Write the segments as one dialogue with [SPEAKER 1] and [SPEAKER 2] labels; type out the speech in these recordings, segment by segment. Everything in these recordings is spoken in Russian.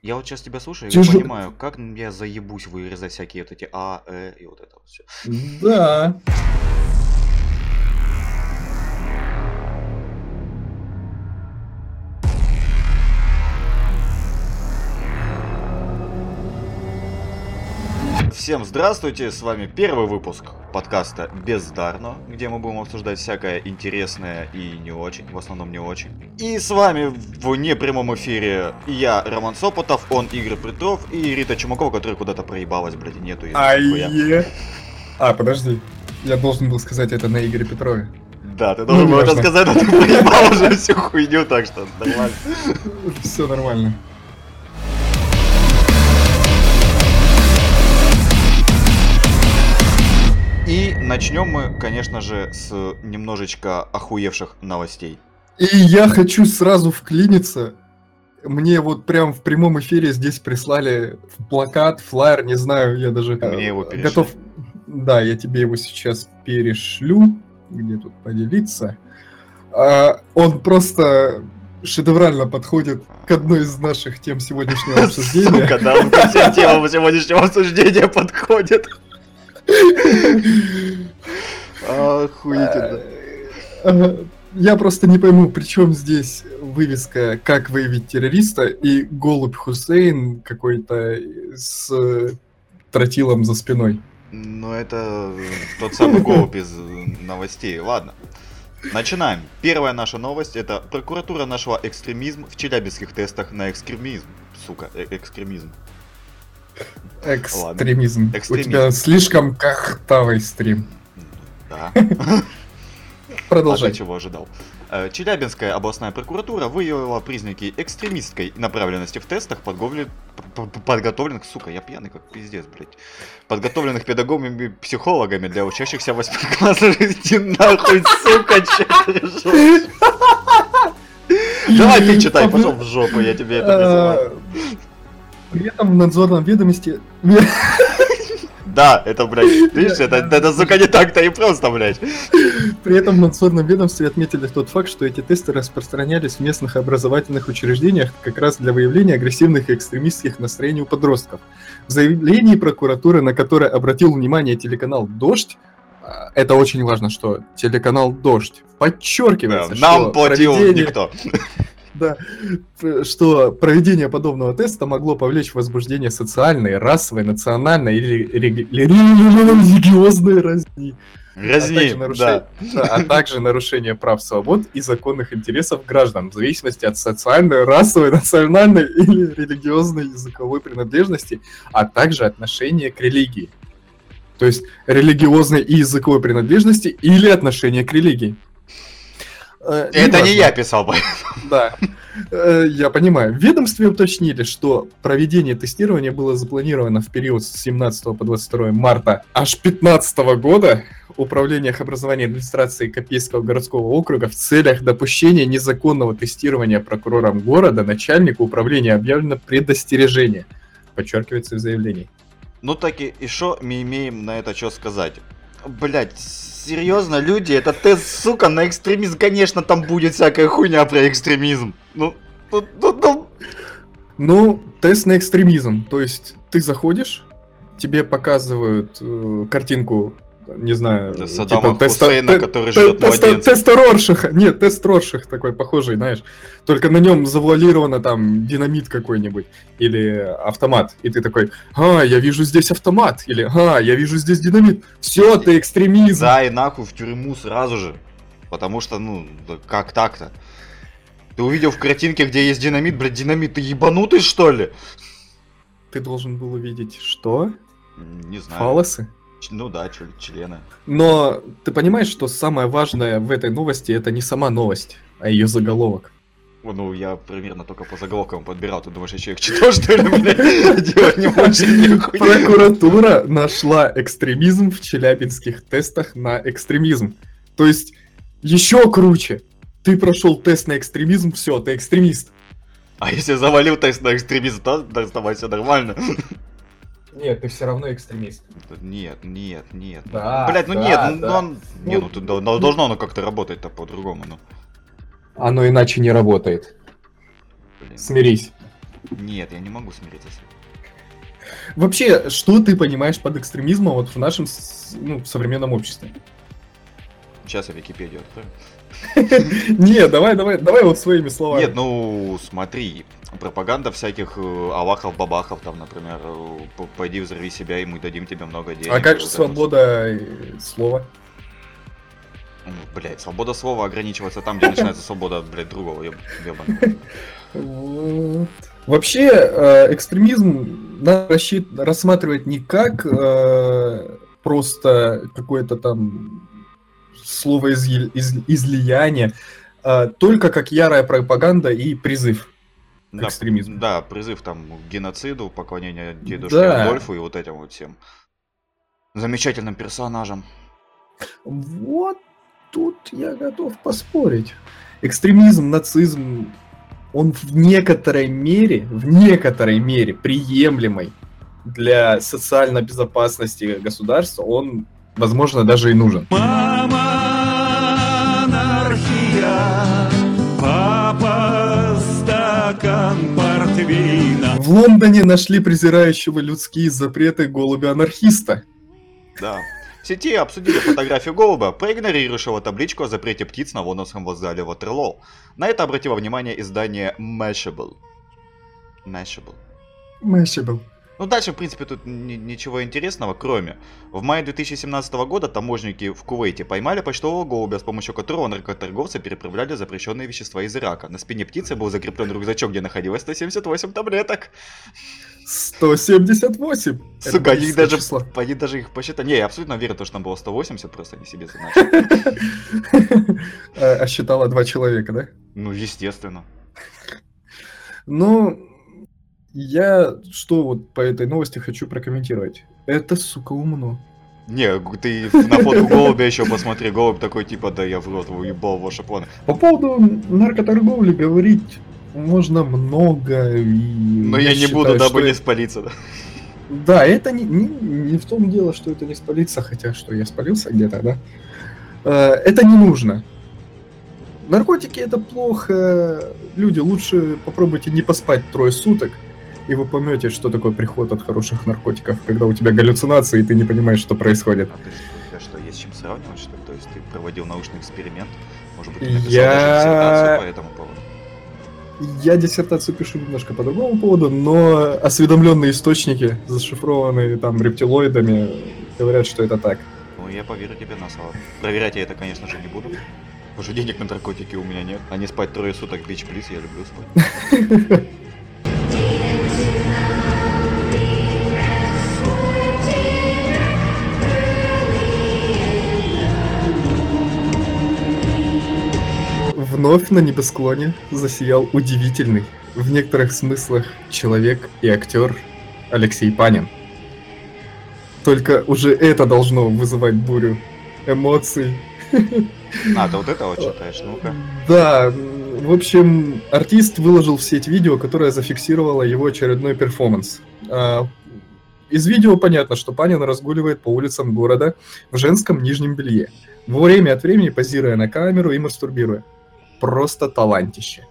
[SPEAKER 1] Я вот сейчас тебя слушаю, я
[SPEAKER 2] Тяжело.
[SPEAKER 1] понимаю, как я заебусь вырезать всякие вот эти и вот это вот все.
[SPEAKER 2] Да.
[SPEAKER 1] Всем здравствуйте, с вами первый выпуск подкаста Бездарно, где мы будем обсуждать всякое интересное и не очень, в основном не очень. И с вами в непрямом эфире я, Роман Сопотов, он Игорь Петров и Рита Чумакова, которая куда-то проебалась, блядь, и нету ее нихуя.
[SPEAKER 2] Подожди. Я должен был сказать это на Игоре Петрове.
[SPEAKER 1] Да, ты должен был это
[SPEAKER 2] неважно.
[SPEAKER 1] сказать, но ты проебал уже всю хуйню, так что нормально.
[SPEAKER 2] Все нормально.
[SPEAKER 1] И начнем мы, конечно же, с немножечко охуевших новостей.
[SPEAKER 2] И я хочу сразу вклиниться. Мне вот прям в прямом эфире здесь прислали плакат, флаер, не знаю, я даже
[SPEAKER 1] Мне его перешли.
[SPEAKER 2] готов. Да, я тебе его сейчас перешлю. Где тут поделиться? Он просто шедеврально подходит к одной из наших тем сегодняшнего обсуждения.
[SPEAKER 1] Сука, да, ко всем темам сегодняшнего обсуждения подходит. Охуительно.
[SPEAKER 2] Я просто не пойму, при чем здесь вывеска «Как выявить террориста» и голубь Хусейн какой-то с тротилом за спиной.
[SPEAKER 1] Ну, это тот самый голубь из новостей. Ладно. Начинаем. Первая наша новость — это прокуратура нашла экстремизм в челябинских тестах на экстремизм. Сука, экстремизм.
[SPEAKER 2] Экстремизм. У
[SPEAKER 1] Экстремизм.
[SPEAKER 2] тебя слишком кахтавый стрим.
[SPEAKER 1] Да.
[SPEAKER 2] Продолжай.
[SPEAKER 1] А ты чего ожидал? Челябинская областная прокуратура выявила признаки экстремистской направленности в тестах, подготовленных, сука, я пьяный как пиздец, блядь, подготовленных педагогами и психологами для учащихся 8 классов. Иди нахуй, сука, че ты ржёшь? Давай ты читай, пошел в жопу, я тебе это призываю.
[SPEAKER 2] При этом в надзорном ведомстве...
[SPEAKER 1] Да, это, блядь, видишь, это, сука, не так-то и просто, блядь.
[SPEAKER 2] При этом в надзорном ведомстве отметили тот факт, что эти тесты распространялись в местных образовательных учреждениях как раз для выявления агрессивных и экстремистских настроений у подростков. В заявлении прокуратуры, на которое обратил внимание телеканал «Дождь», это очень важно, что телеканал «Дождь» подчеркивается, что
[SPEAKER 1] Нам платил никто.
[SPEAKER 2] Да, что проведение подобного теста могло повлечь возбуждение социальной, расовой, национальной или религиозной разни. А также нарушение прав, свобод и законных интересов граждан в зависимости от социальной, расовой, национальной или религиозной языковой принадлежности, а также отношения к религии. То есть религиозной и языковой принадлежности или отношения к религии.
[SPEAKER 1] Это не я писал,
[SPEAKER 2] да, я понимаю. В ведомстве уточнили, что проведение тестирования было запланировано в период с 17 по 22 марта аж 2015 года Управлением образования и администрации Копейского городского округа в целях допущения незаконного тестирования прокурором города начальнику управления объявлено предостережение, подчеркивается в заявлении.
[SPEAKER 1] Ну так и что мы имеем на это что сказать? Блять, серьезно, люди, это тест, сука, на экстремизм, конечно, там будет всякая хуйня про экстремизм.
[SPEAKER 2] Ну, тест на экстремизм, то есть ты заходишь, тебе показывают картинку, не знаю,
[SPEAKER 1] Саддама Хусейна, который жрет младенцев.
[SPEAKER 2] Теста Роршаха, нет, тест Роршах такой похожий, знаешь, только на нем завуалировано там динамит какой-нибудь или автомат, и ты такой: я вижу здесь автомат, или я вижу здесь динамит, все, ты экстремизм.
[SPEAKER 1] Да, и нахуй в тюрьму сразу же, потому что, ну, как так-то? Ты увидел в картинке, где есть динамит, блядь, динамит, ты ебанутый, что ли?
[SPEAKER 2] Ты должен был увидеть что?
[SPEAKER 1] Не знаю.
[SPEAKER 2] Фалосы?
[SPEAKER 1] Ну да, члены.
[SPEAKER 2] Но ты понимаешь, что самое важное в этой новости — это не сама новость, а ее заголовок.
[SPEAKER 1] Ну, я примерно только по заголовкам подбирал. Ты думаешь, я человек читал, что ли, блядь? Делать не хочет нихуя.
[SPEAKER 2] Прокуратура нашла экстремизм в челябинских тестах на экстремизм. То есть, еще круче. Ты прошел тест на экстремизм, все, ты экстремист.
[SPEAKER 1] А если завалил тест на экстремизм, то оставайся нормально.
[SPEAKER 2] Нет, ты все равно экстремист.
[SPEAKER 1] Нет.
[SPEAKER 2] Да,
[SPEAKER 1] блять, ну
[SPEAKER 2] да,
[SPEAKER 1] нет,
[SPEAKER 2] да.
[SPEAKER 1] должно оно как-то работать-то по-другому, ну.
[SPEAKER 2] Оно иначе не работает.
[SPEAKER 1] Блин.
[SPEAKER 2] Смирись.
[SPEAKER 1] Нет, я не могу смириться с этим.
[SPEAKER 2] Вообще, что ты понимаешь под экстремизмом вот в нашем современном обществе?
[SPEAKER 1] Сейчас я Википедию открою.
[SPEAKER 2] Не, давай вот своими словами.
[SPEAKER 1] Нет, ну смотри, пропаганда всяких авахов-бабахов, там, например, пойди взорви себя, и мы дадим тебе много денег.
[SPEAKER 2] А как же
[SPEAKER 1] Вот это
[SPEAKER 2] свобода слова?
[SPEAKER 1] Ну, блядь, свобода слова ограничивается там, где начинается свобода, блядь, другого ебаного.
[SPEAKER 2] Вот. Вообще, экстремизм надо рассматривать не как просто какое-то там словоизлияние, только как ярая пропаганда и призыв к
[SPEAKER 1] Да,
[SPEAKER 2] экстремизму.
[SPEAKER 1] да, призыв там к геноциду, поклонение дедушке
[SPEAKER 2] Да.
[SPEAKER 1] Адольфу и вот этим вот всем замечательным персонажам.
[SPEAKER 2] Вот тут я готов поспорить. Экстремизм, нацизм, он в некоторой мере приемлемый для социальной безопасности государства, он, возможно, даже и нужен.
[SPEAKER 3] Мама, анархия, папа, стакан портвейна.
[SPEAKER 2] В Лондоне нашли презирающего людские запреты голубя-анархиста.
[SPEAKER 1] Да. В сети обсудили фотографию голуба, проигнорировавшего табличку о запрете птиц на лондонском вокзале Ватерлоу. На это обратило внимание издание Mashable.
[SPEAKER 2] Mashable.
[SPEAKER 1] Ну дальше, в принципе, тут ничего интересного, кроме. В мае 2017 года таможенники в Кувейте поймали почтового голубя, с помощью которого наркоторговцы переправляли запрещенные вещества из Ирака. На спине птицы был закреплен рюкзачок, где находилось 178 таблеток.
[SPEAKER 2] 178!
[SPEAKER 1] Сука, они
[SPEAKER 2] число.
[SPEAKER 1] даже их посчитали. Не, я абсолютно верю, что там было 180, просто они себе значили.
[SPEAKER 2] А считала 2 человека, да?
[SPEAKER 1] Ну, естественно.
[SPEAKER 2] Ну, я что вот по этой новости хочу прокомментировать. Это, сука, умно.
[SPEAKER 1] Не, ты на фотку голубя еще посмотри. Голубь такой, типа, да я в рот уебал ваши планы.
[SPEAKER 2] По поводу наркоторговли говорить можно много.
[SPEAKER 1] Но я не буду, дабы не спалиться.
[SPEAKER 2] Да, это не в том дело, что это не спалиться, хотя что я спалился где-то, да. Это не нужно. Наркотики это плохо. Люди, лучше попробуйте не поспать 3 суток, и вы поймете, что такое приход от хороших наркотиков, когда у тебя галлюцинации, и ты не понимаешь, что происходит.
[SPEAKER 1] А ты что, есть с чем сравнивать, что ли? То есть ты проводил научный эксперимент? Может быть, ты написал даже диссертацию по этому поводу?
[SPEAKER 2] Я диссертацию пишу немножко по другому поводу, но осведомленные источники, зашифрованные там рептилоидами, говорят, что это так.
[SPEAKER 1] Ну, я поверю тебе на слово. Проверять я это, конечно же, не буду. Потому что денег на наркотики у меня нет. А не спать 3 суток, бич, плиз, я люблю спать.
[SPEAKER 2] Вновь на небосклоне засиял удивительный, в некоторых смыслах, человек и актер Алексей Панин. Только уже это должно вызывать бурю эмоций.
[SPEAKER 1] А, ты вот это вот читаешь, ну-ка.
[SPEAKER 2] Да, в общем, артист выложил в сеть видео, которое зафиксировало его очередной перформанс. Из видео понятно, что Панин разгуливает по улицам города в женском нижнем белье, время от времени позируя на камеру и мастурбируя. Просто талантище.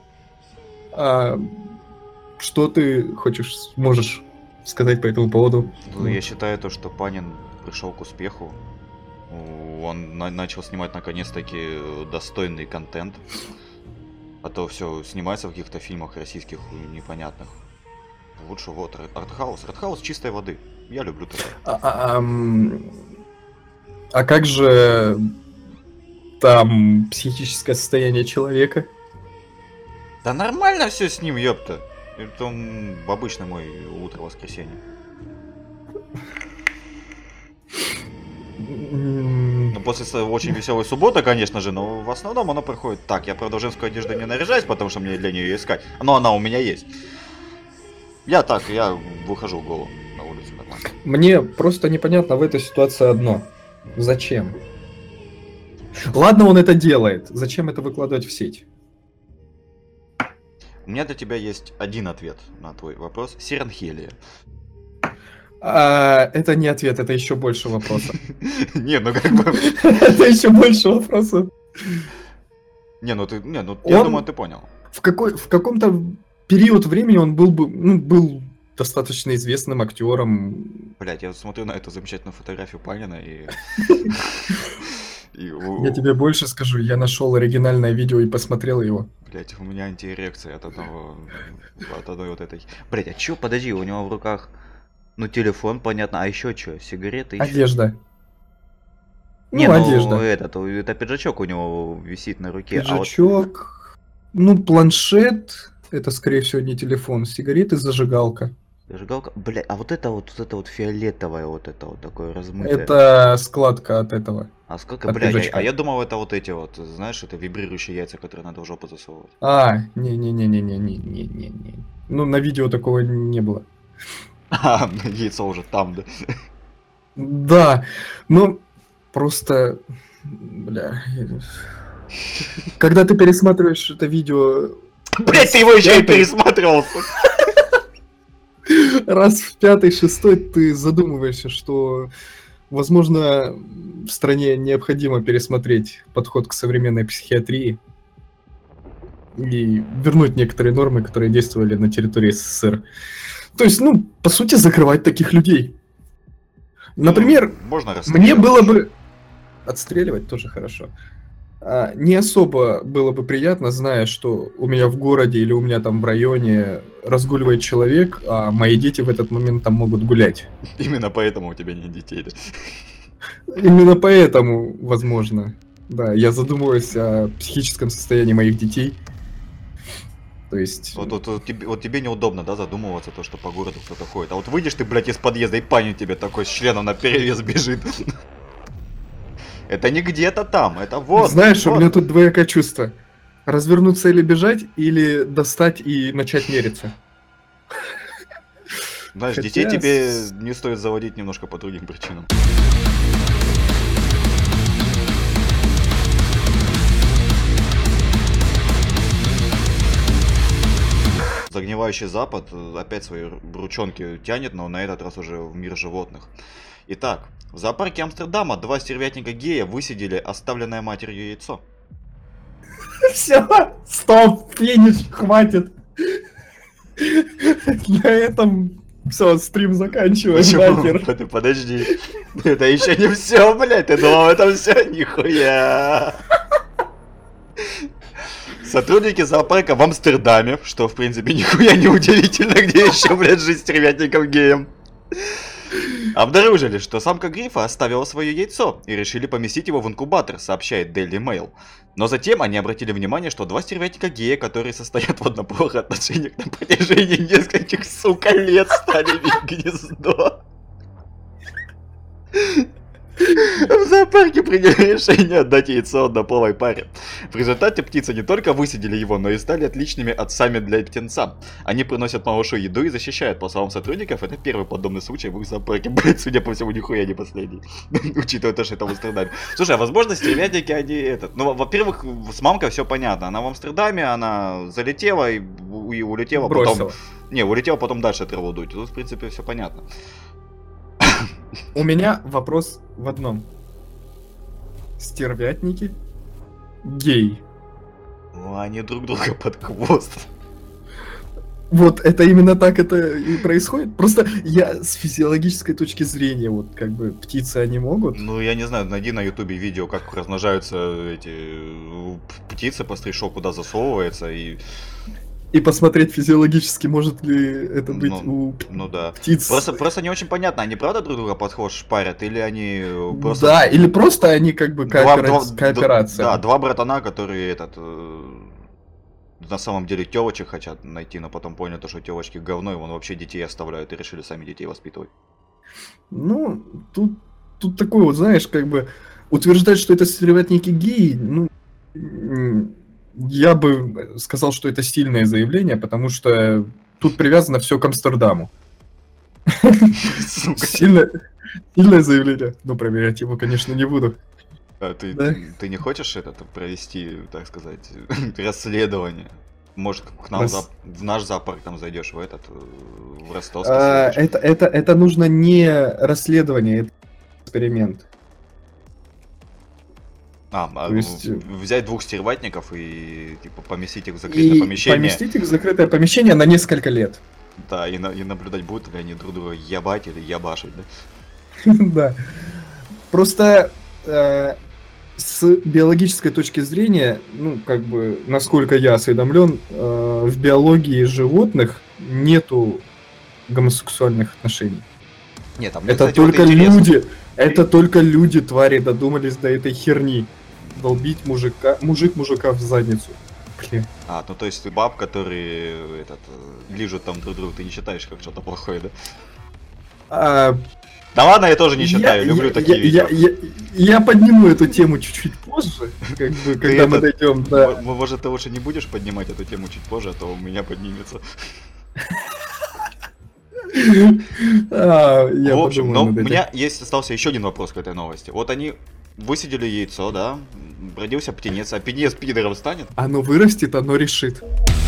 [SPEAKER 2] Что ты можешь сказать по этому поводу?
[SPEAKER 1] Ну, я считаю то, что Панин пришел к успеху. Он начал снимать наконец-таки достойный контент. А то все снимается в каких-то фильмах российских непонятных. Лучше вот артхаус. Артхаус чистой воды. Я люблю такое.
[SPEAKER 2] А как же там психическое состояние человека?
[SPEAKER 1] Да нормально все с ним, ёпта. Это он обычно мой утро воскресенья. Ну, после очень веселой субботы, конечно же, но в основном оно проходит так. Я, правда, в женскую одежду не наряжаюсь, потому что мне для нее искать. Но она у меня есть. Я выхожу голым на улицу нормально.
[SPEAKER 2] Мне просто непонятно в этой ситуации одно. Зачем? Ладно, он это делает. Зачем это выкладывать в сеть?
[SPEAKER 1] У меня для тебя есть один ответ на твой вопрос. Сиренхелия.
[SPEAKER 2] Это не ответ, это еще больше вопросов.
[SPEAKER 1] Не, ну как бы...
[SPEAKER 2] Это еще больше вопросов.
[SPEAKER 1] Я думаю, ты понял.
[SPEAKER 2] В каком-то период времени он был достаточно известным актером.
[SPEAKER 1] Блять, я смотрю на эту замечательную фотографию Панина и...
[SPEAKER 2] Я тебе больше скажу, я нашел оригинальное видео и посмотрел его.
[SPEAKER 1] Блять, у меня антиэрекция от одной вот этой. Блять, а чё, подожди, у него в руках, ну, телефон, понятно, а еще что, сигареты? Ещё?
[SPEAKER 2] Одежда.
[SPEAKER 1] Не,
[SPEAKER 2] ну,
[SPEAKER 1] ну,
[SPEAKER 2] одежда.
[SPEAKER 1] это пиджачок у него висит на руке.
[SPEAKER 2] Пиджачок, планшет, это, скорее всего, не телефон, сигареты, зажигалка.
[SPEAKER 1] Зажигалка, блять, а вот это вот фиолетовое, вот это вот такое размытое.
[SPEAKER 2] Это складка от этого.
[SPEAKER 1] А сколько,
[SPEAKER 2] от
[SPEAKER 1] блядь,
[SPEAKER 2] пиджачка.
[SPEAKER 1] а я думал, это вот эти вот, знаешь, это вибрирующие яйца, которые надо в жопу засовывать.
[SPEAKER 2] Не. Ну, на видео такого не было.
[SPEAKER 1] А, яйцо уже там, да?
[SPEAKER 2] Да, просто, бля, когда ты пересматриваешь это видео
[SPEAKER 1] Блять, ты его еще и пересматривал, сука.
[SPEAKER 2] раз в 5-6, ты задумываешься, что, возможно, в стране необходимо пересмотреть подход к современной психиатрии и вернуть некоторые нормы, которые действовали на территории СССР. То есть, по сути, закрывать таких людей. Например,
[SPEAKER 1] можно
[SPEAKER 2] мне было бы... Отстреливать тоже хорошо. Не особо было бы приятно, зная, что у меня в городе или у меня там в районе разгуливает человек, а мои дети в этот момент там могут гулять.
[SPEAKER 1] Именно поэтому у тебя нет детей, да?
[SPEAKER 2] Именно поэтому, возможно, да, я задумываюсь о психическом состоянии моих детей. То есть...
[SPEAKER 1] Вот тебе неудобно, да, задумываться, то, что по городу кто-то ходит. А вот выйдешь ты, блядь, из подъезда, и Панин тебе такой с членом наперевес бежит. Это не где-то там, это вот.
[SPEAKER 2] Знаешь,
[SPEAKER 1] вот.
[SPEAKER 2] У меня тут двоякое чувство. Развернуться или бежать, или достать и начать мериться.
[SPEAKER 1] Знаешь,
[SPEAKER 2] Хотя
[SPEAKER 1] детей тебе не стоит заводить немножко по другим причинам. Загнивающий Запад опять свои ручонки тянет, но на этот раз уже в мир животных. Итак, в зоопарке Амстердама 2 стервятника гея высидели оставленное матерью яйцо.
[SPEAKER 2] Все, стоп, финиш, хватит. На этом все, стрим заканчиваем, нахер.
[SPEAKER 1] Подожди, это еще не все, блядь, ты думал, это все? Нихуя. Сотрудники зоопарка в Амстердаме, что в принципе нихуя не удивительно, где еще, блядь, жить стервятником геем, обнаружили, что самка грифа оставила свое яйцо и решили поместить его в инкубатор, сообщает Daily Mail. Но затем они обратили внимание, что 2 стервятника гея, которые состоят в однополых отношениях на протяжении нескольких, сука, лет, стали в гнездо. В зоопарке приняли решение отдать яйцо однополой паре. В результате птицы не только высидели его, но и стали отличными отцами для птенца. Они приносят малышу еду и защищают. По словам сотрудников, это первый подобный случай в их зоопарке. Блять, судя по всему, нихуя не последний. Учитывая то, что это в Амстердаме. Слушай, а возможно, стервятники, они этот... Ну, во-первых, с мамкой все понятно. Она в Амстердаме, она залетела и улетела
[SPEAKER 2] Бросила.
[SPEAKER 1] потом... Не, улетела потом дальше траву дуть. Тут, в принципе, все понятно.
[SPEAKER 2] У меня вопрос в одном. Стервятники гей.
[SPEAKER 1] Ну, они друг друга под хвост.
[SPEAKER 2] Вот это именно так это и происходит. Просто я с физиологической точки зрения, вот как бы птицы они могут.
[SPEAKER 1] Ну, я не знаю, найди на ютубе видео, как размножаются эти птицы, посмотри, шо куда засовывается
[SPEAKER 2] И посмотреть физиологически, может ли это быть у
[SPEAKER 1] да.
[SPEAKER 2] птиц.
[SPEAKER 1] Просто не очень понятно, они правда друг друга под хвост шпарят, или они просто...
[SPEAKER 2] Да, или просто они как бы кооперация.
[SPEAKER 1] Да, 2 братана, которые на самом деле тёлочек хотят найти, но потом поняли, что тёлочки говно, и вон вообще детей оставляют, и решили сами детей воспитывать.
[SPEAKER 2] Ну, тут такое вот, знаешь, как бы утверждать, что это стервятники геи, я бы сказал, что это стильное заявление, потому что тут привязано все к Амстердаму. Сильное заявление, но проверять его, конечно, не буду.
[SPEAKER 1] А ты не хочешь провести, так сказать, расследование? Может, в наш зоопарк там зайдешь, в Ростовский?
[SPEAKER 2] Это нужно не расследование, это эксперимент. То есть,
[SPEAKER 1] взять 2 стервятников и типа поместить их в закрытое помещение.
[SPEAKER 2] поместить их в закрытое помещение на несколько лет.
[SPEAKER 1] Да, и наблюдать, будут ли они друг друга ебать или ябашить, да?
[SPEAKER 2] Да. Просто с биологической точки зрения, ну, как бы, насколько я осведомлен, в биологии животных нету гомосексуальных отношений.
[SPEAKER 1] Нет, там мне,
[SPEAKER 2] Это
[SPEAKER 1] кстати, вот
[SPEAKER 2] только
[SPEAKER 1] интересно.
[SPEAKER 2] люди, это только люди, твари, додумались до этой херни. Долбить мужик мужика в задницу. Блин.
[SPEAKER 1] Ну то есть баб, которые лижут там друг друга, ты не считаешь как что-то плохое, да?
[SPEAKER 2] А,
[SPEAKER 1] Да ладно, я тоже не считаю, люблю такие видео.
[SPEAKER 2] Я подниму эту тему чуть-чуть позже, как бы, когда мы дойдем до...
[SPEAKER 1] Может, ты лучше не будешь поднимать эту тему чуть позже, а то у меня поднимется.
[SPEAKER 2] Я
[SPEAKER 1] В общем,
[SPEAKER 2] подумаю
[SPEAKER 1] но
[SPEAKER 2] над
[SPEAKER 1] у
[SPEAKER 2] этим.
[SPEAKER 1] меня остался еще один вопрос к этой новости. Вот они высидели яйцо, да, родился птенец, а птенец пидором станет?
[SPEAKER 2] Оно вырастет, оно решит.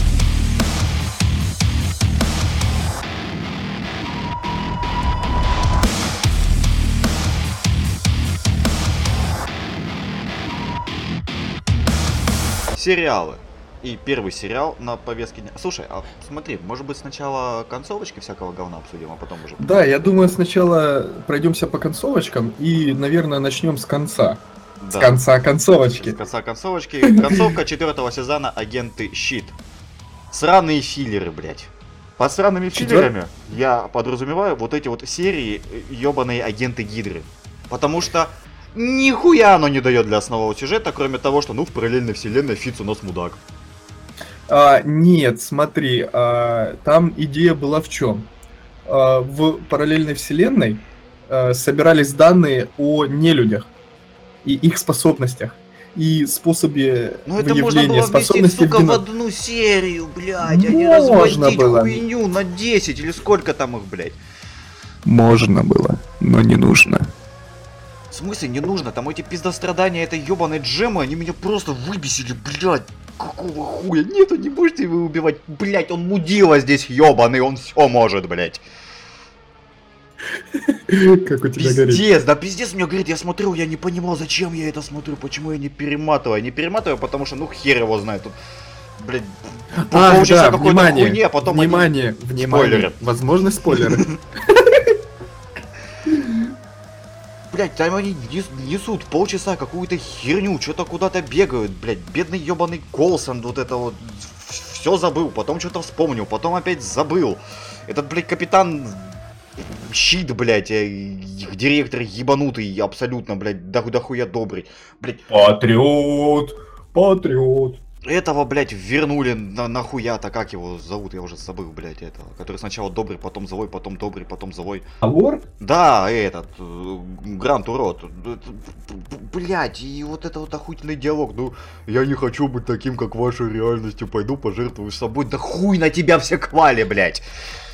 [SPEAKER 1] Сериалы. И первый сериал на повестке дня. Слушай, а смотри, может быть сначала концовочки всякого говна обсудим, а потом уже...
[SPEAKER 2] Да, я думаю, сначала пройдемся по концовочкам и, наверное, начнем с конца. С
[SPEAKER 1] Да.
[SPEAKER 2] конца концовочки.
[SPEAKER 1] С конца концовочки. Концовка 4 сезона «Агенты Щит». Сраные филлеры, блять. Под сраными филлерами я подразумеваю вот эти вот серии ёбаные агенты Гидры. Потому что нихуя оно не дает для основного сюжета, кроме того, что ну в параллельной вселенной Фиц у нас мудак.
[SPEAKER 2] Нет, смотри, там идея была в чем? В параллельной вселенной собирались данные о нелюдях и их способностях и способе
[SPEAKER 1] Ну это можно
[SPEAKER 2] выявления
[SPEAKER 1] было вместить,
[SPEAKER 2] способностей
[SPEAKER 1] сука, в
[SPEAKER 2] гено-
[SPEAKER 1] одну серию, блядь, а не
[SPEAKER 2] Можно
[SPEAKER 1] разводить
[SPEAKER 2] было.
[SPEAKER 1] хуйню на 10 или сколько там их, блядь.
[SPEAKER 2] Можно было, но не нужно.
[SPEAKER 1] В смысле не нужно? Там эти пиздострадания этой ёбаной Джемы, они меня просто выбесили, блядь. Какого хуя? Нет, не будете вы убивать, блядь, он мудила здесь ёбаный, он все может, блядь.
[SPEAKER 2] Как у тебя горит.
[SPEAKER 1] Пиздец, да пиздец мне говорит, я смотрел, я не понимал, зачем я это смотрю, почему я не перематываю. Не перематываю, потому что, ну, хер его знает, тут, блядь, полчаса
[SPEAKER 2] да,
[SPEAKER 1] какой-то хуйни, а потом они-
[SPEAKER 2] внимание,
[SPEAKER 1] Спойлеры.
[SPEAKER 2] Возможно, спойлеры.
[SPEAKER 1] Блять, там они несут полчаса какую-то херню, что-то куда-то бегают, блять, бедный ебаный Колсон, вот это вот, все забыл, потом что-то вспомнил, потом опять забыл. Этот, блядь, капитан Щит, блядь, их директор ебанутый, абсолютно, блядь, дохуя добрый, блядь.
[SPEAKER 2] Патриот, патриот.
[SPEAKER 1] Этого, блядь, вернули нахуя-то, как его зовут, я уже забыл, блядь, этого, который сначала добрый, потом злой, потом добрый, потом злой.
[SPEAKER 2] Алор?
[SPEAKER 1] Да, этот, Грант урод. Блять, и вот это вот охуительный диалог. Ну, я не хочу быть таким, как в вашей реальности. Пойду пожертвую собой. Да хуй на тебя все квали, блять.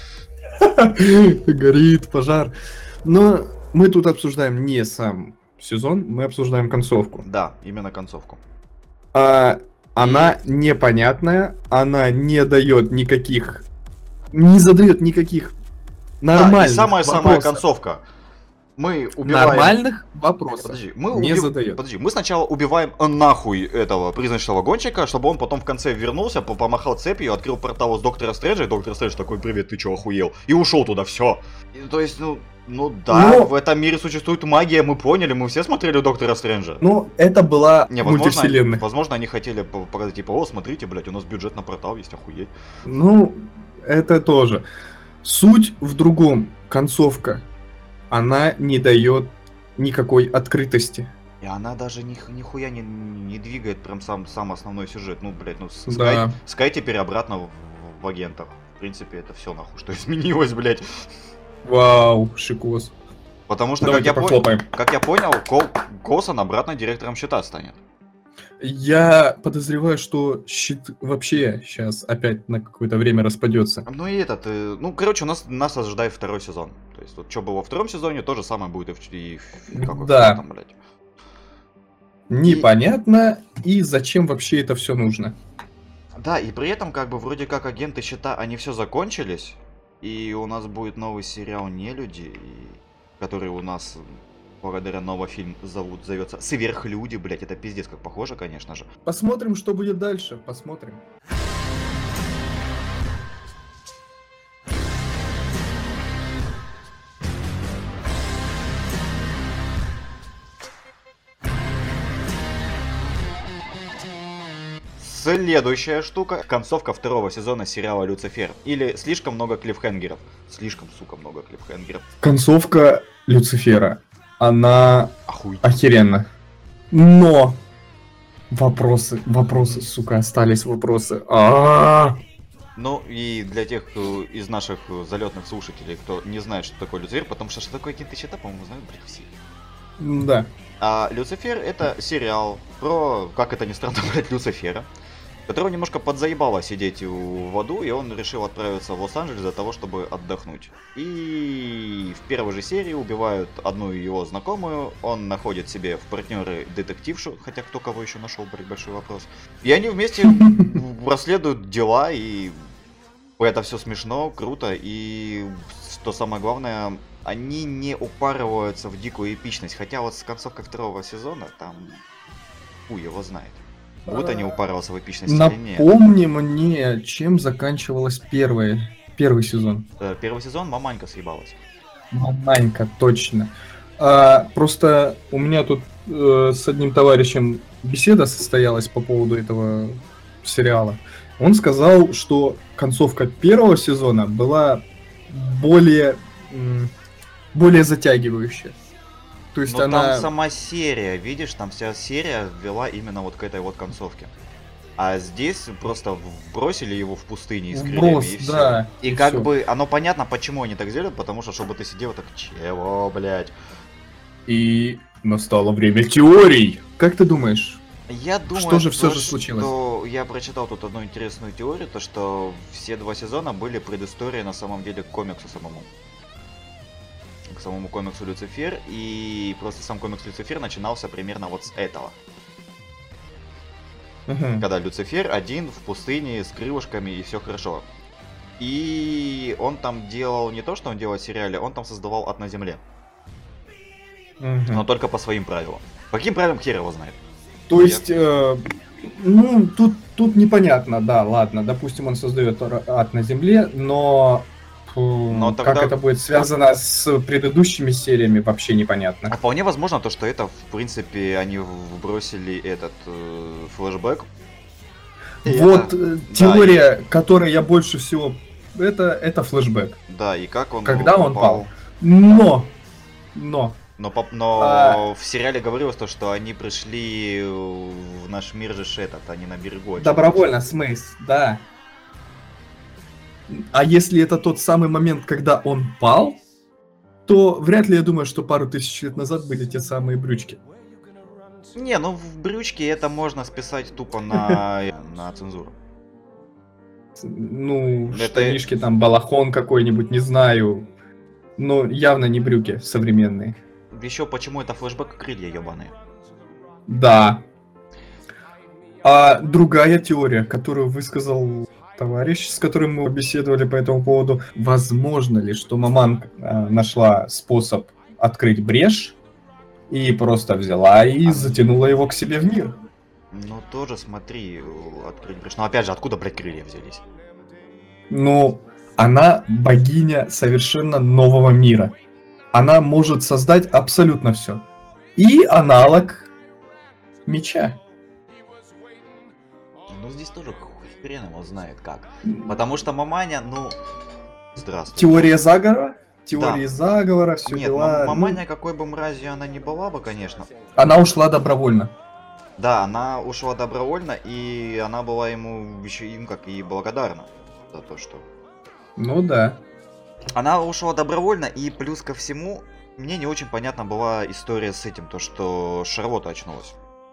[SPEAKER 2] Горит пожар. Но мы тут обсуждаем не сам сезон, мы обсуждаем концовку.
[SPEAKER 1] Да, именно концовку.
[SPEAKER 2] Она непонятная, она не дает никаких... Не задает никаких нормальных
[SPEAKER 1] Да, и самая-самая
[SPEAKER 2] вопросов.
[SPEAKER 1] концовка. Мы убиваем...
[SPEAKER 2] Нормальных вопросов
[SPEAKER 1] Подожди, мы
[SPEAKER 2] не задает.
[SPEAKER 1] Подожди, мы сначала убиваем нахуй этого призрачного гонщика, чтобы он потом в конце вернулся, помахал цепью, открыл портал с Доктора Стрэнджа, и Доктор Стрэндж такой: привет, ты чё, охуел? И ушел туда, все. То есть, ну да,
[SPEAKER 2] Но-
[SPEAKER 1] в этом мире существует магия, мы поняли, мы все смотрели Доктора Стрэнджа.
[SPEAKER 2] Ну, это была
[SPEAKER 1] Не,
[SPEAKER 2] мультивселенная.
[SPEAKER 1] возможно, они хотели показать, типа, о, смотрите, блядь, у нас бюджет на портал есть, охуеть.
[SPEAKER 2] Ну, это тоже. Суть в другом. Концовка. Она не дает никакой открытости.
[SPEAKER 1] И она даже нихуя не двигает прям сам основной сюжет. Ну, блядь, ну
[SPEAKER 2] Да.
[SPEAKER 1] Скай теперь обратно в агентах. В принципе, это все нахуй, что изменилось, блядь.
[SPEAKER 2] Вау, шикос.
[SPEAKER 1] Потому что,
[SPEAKER 2] Давайте похлопаем.
[SPEAKER 1] как я понял, Колсон обратно директором Щита станет.
[SPEAKER 2] Я подозреваю, что щит вообще сейчас опять на какое-то время распадется.
[SPEAKER 1] Ну и этот, ну, короче, нас ожидает второй сезон. То есть, вот что было во втором сезоне, то же самое будет и в какой
[SPEAKER 2] Да.
[SPEAKER 1] там, блядь.
[SPEAKER 2] Непонятно, и зачем вообще это все нужно.
[SPEAKER 1] Да, и при этом, как бы, вроде как агенты Щита, они все закончились, и у нас будет новый сериал «Нелюди», который у нас благодаря новый фильм зовется «Сверхлюди», блять, это пиздец как похоже, конечно же.
[SPEAKER 2] Посмотрим, что будет дальше, посмотрим.
[SPEAKER 1] Следующая штука — концовка второго сезона сериала «Люцифер». Или слишком много клиффхенгеров. Слишком, сука, много клиффхенгеров.
[SPEAKER 2] Концовка Люцифера, она
[SPEAKER 1] Охуеть.
[SPEAKER 2] охеренна. Но вопросы, сука, остались вопросы.
[SPEAKER 1] Ну и для тех из наших залетных слушателей, кто не знает, что такое Люцифер, потому что такое агенты щита, по-моему, знают, блядь, все.
[SPEAKER 2] Да.
[SPEAKER 1] А Люцифер — это сериал про, как это ни странно, блядь, Люцифера, которого немножко подзаебало сидеть в аду, и он решил отправиться в Лос-Анджелес для того, чтобы отдохнуть. И в первой же серии убивают одну его знакомую, он находит себе в партнеры детектившу, хотя кто кого еще нашел, блядь, большой вопрос. И они вместе расследуют дела, и это все смешно, круто, и что самое главное, они не упарываются в дикую эпичность, хотя вот с концовкой второго сезона там хуй его знает. Будут они упарываться в эпичности или нет.
[SPEAKER 2] Напомни мне, чем заканчивалась первый сезон.
[SPEAKER 1] Первый сезон маманька съебалась.
[SPEAKER 2] Маманька, точно. Просто у меня тут с одним товарищем беседа состоялась по поводу этого сериала. Он сказал, что концовка первого сезона была более затягивающая. То есть
[SPEAKER 1] но
[SPEAKER 2] она...
[SPEAKER 1] там сама серия, видишь, там вся серия вела именно вот к этой вот концовке. А здесь просто бросили его в пустыне и с крыльями, и все.
[SPEAKER 2] Да,
[SPEAKER 1] и как всё. Бы, оно понятно, почему они так сделали, потому что, чтобы ты сидел так, чего, блядь.
[SPEAKER 2] И настало время теорий. Как ты думаешь?
[SPEAKER 1] Я думаю,
[SPEAKER 2] что же все же случилось?
[SPEAKER 1] Что я прочитал тут одну интересную теорию, то что все 2 сезона были предысторией на самом деле к комиксу самому. К самому комиксу Люцифер, и просто сам комикс Люцифер начинался примерно вот с этого. Когда Люцифер один в пустыне с крылышками и все хорошо. И он там делал не то, что он делал в сериале, он там создавал ад на земле. Но только по своим правилам. По каким правилам хер его знает?
[SPEAKER 2] То есть, тут непонятно, да, ладно, допустим, он создает ад на земле, но тогда... как это будет связано с предыдущими сериями, вообще непонятно.
[SPEAKER 1] А вполне возможно то, что это, в принципе, они вбросили этот флешбэк.
[SPEAKER 2] Вот теория, которой я больше всего... Это флешбэк.
[SPEAKER 1] Да, и как он...
[SPEAKER 2] Когда он пал. Но
[SPEAKER 1] в сериале говорилось то, что они пришли в наш мир же они на берегу.
[SPEAKER 2] Добровольно, смысл, да. А если это тот самый момент, когда он пал, то вряд ли я думаю, что пару тысяч лет назад были те самые брючки.
[SPEAKER 1] Не, ну в брючке это можно списать тупо на цензуру.
[SPEAKER 2] Ну, штанишки там, балахон какой-нибудь, не знаю. Но явно не брюки современные.
[SPEAKER 1] Еще почему это флешбэк, крылья ебаные.
[SPEAKER 2] Да. А другая теория, которую высказал товарищ, с которым мы беседовали по этому поводу, возможно ли, что маман нашла способ открыть брешь и просто взяла и затянула его к себе в мир?
[SPEAKER 1] Ну тоже смотри, открыть брешь. Но опять же, откуда, блядь, крылья взялись?
[SPEAKER 2] Ну, она богиня совершенно нового мира. Она может создать абсолютно все. И аналог меча.
[SPEAKER 1] Ну здесь тоже хрен его знает как. Потому что маманя, ну... Здравствуй.
[SPEAKER 2] Теория заговора? Теории заговора, все дела.
[SPEAKER 1] Нет, маманя, какой бы мразью она ни была бы, конечно.
[SPEAKER 2] Она ушла добровольно.
[SPEAKER 1] Да, она ушла добровольно, и она была ему еще им как и благодарна за то, что...
[SPEAKER 2] Ну да.
[SPEAKER 1] Она ушла добровольно, и плюс ко всему, мне не очень понятна была история с этим, то что Шарлотта очнулась.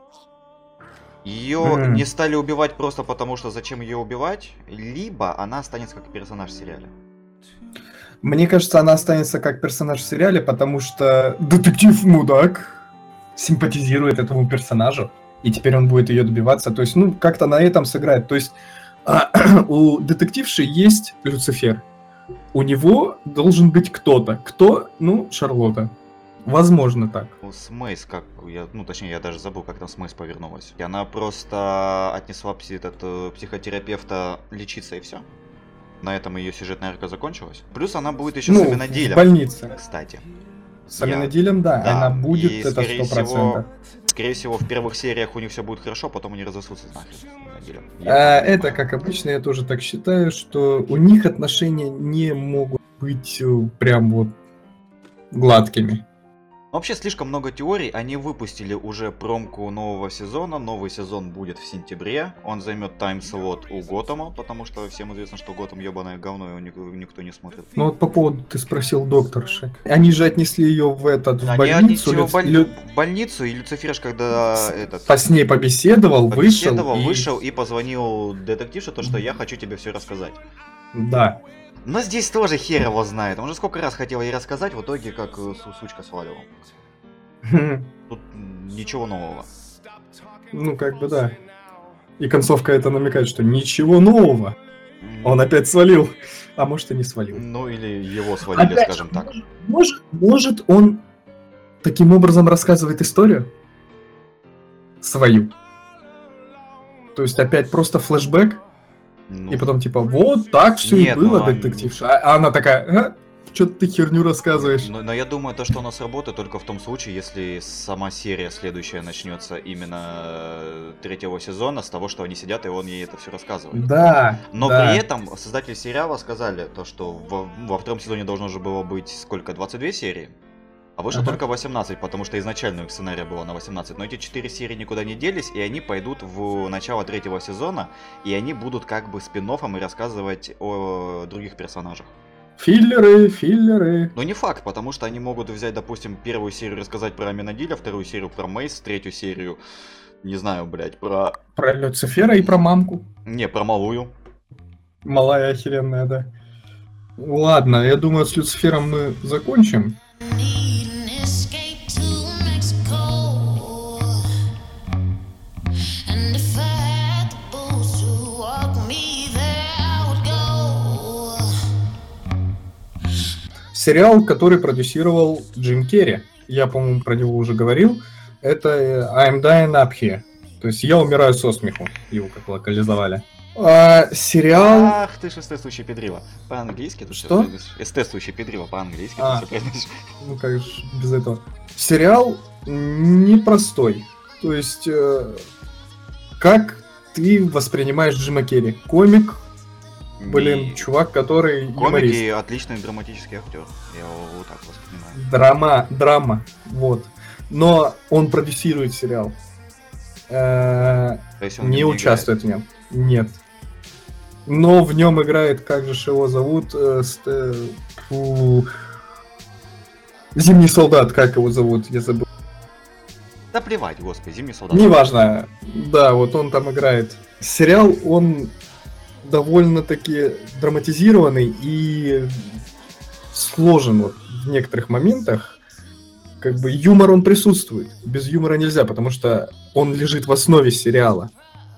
[SPEAKER 1] Ее не стали убивать просто потому, что зачем ее убивать, либо она останется как персонаж в сериале.
[SPEAKER 2] Мне кажется, она останется как персонаж в сериале, потому что детектив-мудак симпатизирует этому персонажу, и теперь он будет ее добиваться. То есть, ну, как-то на этом сыграет. То есть, у детективши есть Люцифер. У него должен быть кто-то. Кто? Ну, Шарлотта. Возможно так.
[SPEAKER 1] С Мейс, как я, ну точнее, я даже забыл, как там с Мейс повернулась. И она просто отнесла психотерапевта лечиться и все. На этом ее сюжетная арка закончилась. Плюс она будет еще с
[SPEAKER 2] В
[SPEAKER 1] Аминадилем.
[SPEAKER 2] больнице.
[SPEAKER 1] Кстати.
[SPEAKER 2] С Аминадилем, да,
[SPEAKER 1] Да,
[SPEAKER 2] она будет,
[SPEAKER 1] и,
[SPEAKER 2] это
[SPEAKER 1] скорее
[SPEAKER 2] 100%.
[SPEAKER 1] Скорее всего, в первых сериях у них все будет хорошо, потом они разосутся нахрен с Аминадилем.
[SPEAKER 2] Это, как обычно, я тоже так считаю, что у них отношения не могут быть прям вот гладкими.
[SPEAKER 1] Вообще слишком много теорий, они выпустили уже промку нового сезона, новый сезон будет в сентябре, он займет тайм-слот у Готэма, потому что всем известно, что Готэм ебаное говно, его никто не смотрит.
[SPEAKER 2] Ну вот по поводу, ты спросил докторши. Они же отнесли ее в
[SPEAKER 1] Они
[SPEAKER 2] больницу.
[SPEAKER 1] отнесли ее в больницу, и Люциферш, когда
[SPEAKER 2] с ней побеседовал,
[SPEAKER 1] вышел и позвонил детективше, то, что я хочу тебе все рассказать.
[SPEAKER 2] Да.
[SPEAKER 1] Но здесь тоже хер его знает. Он же сколько раз хотел ей рассказать, в итоге как сучка свалила. Тут ничего нового.
[SPEAKER 2] Ну, как бы да. И концовка это намекает, что ничего нового. Он опять свалил. А может и не свалил.
[SPEAKER 1] Ну или его свалили,
[SPEAKER 2] опять,
[SPEAKER 1] скажем так.
[SPEAKER 2] Может он таким образом рассказывает историю? Свою. То есть опять просто флешбэк?
[SPEAKER 1] Ну,
[SPEAKER 2] и потом типа, вот так все и было, детективша. А она такая, что ты херню рассказываешь?
[SPEAKER 1] Но я думаю, то, что оно сработает только в том случае, если сама серия следующая начнется именно третьего сезона, с того, что они сидят и он ей это все рассказывает.
[SPEAKER 2] Да.
[SPEAKER 1] Но при этом создатели сериала сказали то, что во втором сезоне должно же было быть сколько, 22 серии? А вышло только 18, потому что изначально их сценария было на 18. Но эти 4 серии никуда не делись, и они пойдут в начало третьего сезона, и они будут как бы спин-оффом и рассказывать о других персонажах.
[SPEAKER 2] Филлеры.
[SPEAKER 1] Но не факт, потому что они могут взять, допустим, первую серию рассказать про Аминадиля, вторую серию про Мейс, третью серию, не знаю, блять, про...
[SPEAKER 2] Про Люцифера и про мамку.
[SPEAKER 1] Не, про малую.
[SPEAKER 2] Малая охеренная, да. Ладно, я думаю, с Люцифером мы закончим. Сериал, который продюсировал Джим Керри. Я, по-моему, про него уже говорил. Это I'm Dying Up Here. То есть я умираю со смеху. Его как локализовали. Сериал...
[SPEAKER 1] Ах ты шестый педрила. По-английски тут
[SPEAKER 2] что?
[SPEAKER 1] Эстетствующий педрила по-английски.
[SPEAKER 2] Ну как же без этого. Сериал непростой. То есть как ты воспринимаешь Джима Керри? Комик, чувак, который
[SPEAKER 1] комик и отличный драматический актер. Я его вот так воспринимаю.
[SPEAKER 2] Драма, вот. Но он продюсирует сериал. Не участвует в нем. Нет. Но в нем играет, как же его зовут, Зимний солдат, как его зовут, я забыл.
[SPEAKER 1] Да плевать, господи, Зимний солдат.
[SPEAKER 2] Неважно, да, вот он там играет. Сериал, он довольно-таки драматизированный и сложен вот в некоторых моментах. Как бы юмор он присутствует, без юмора нельзя, потому что он лежит в основе сериала.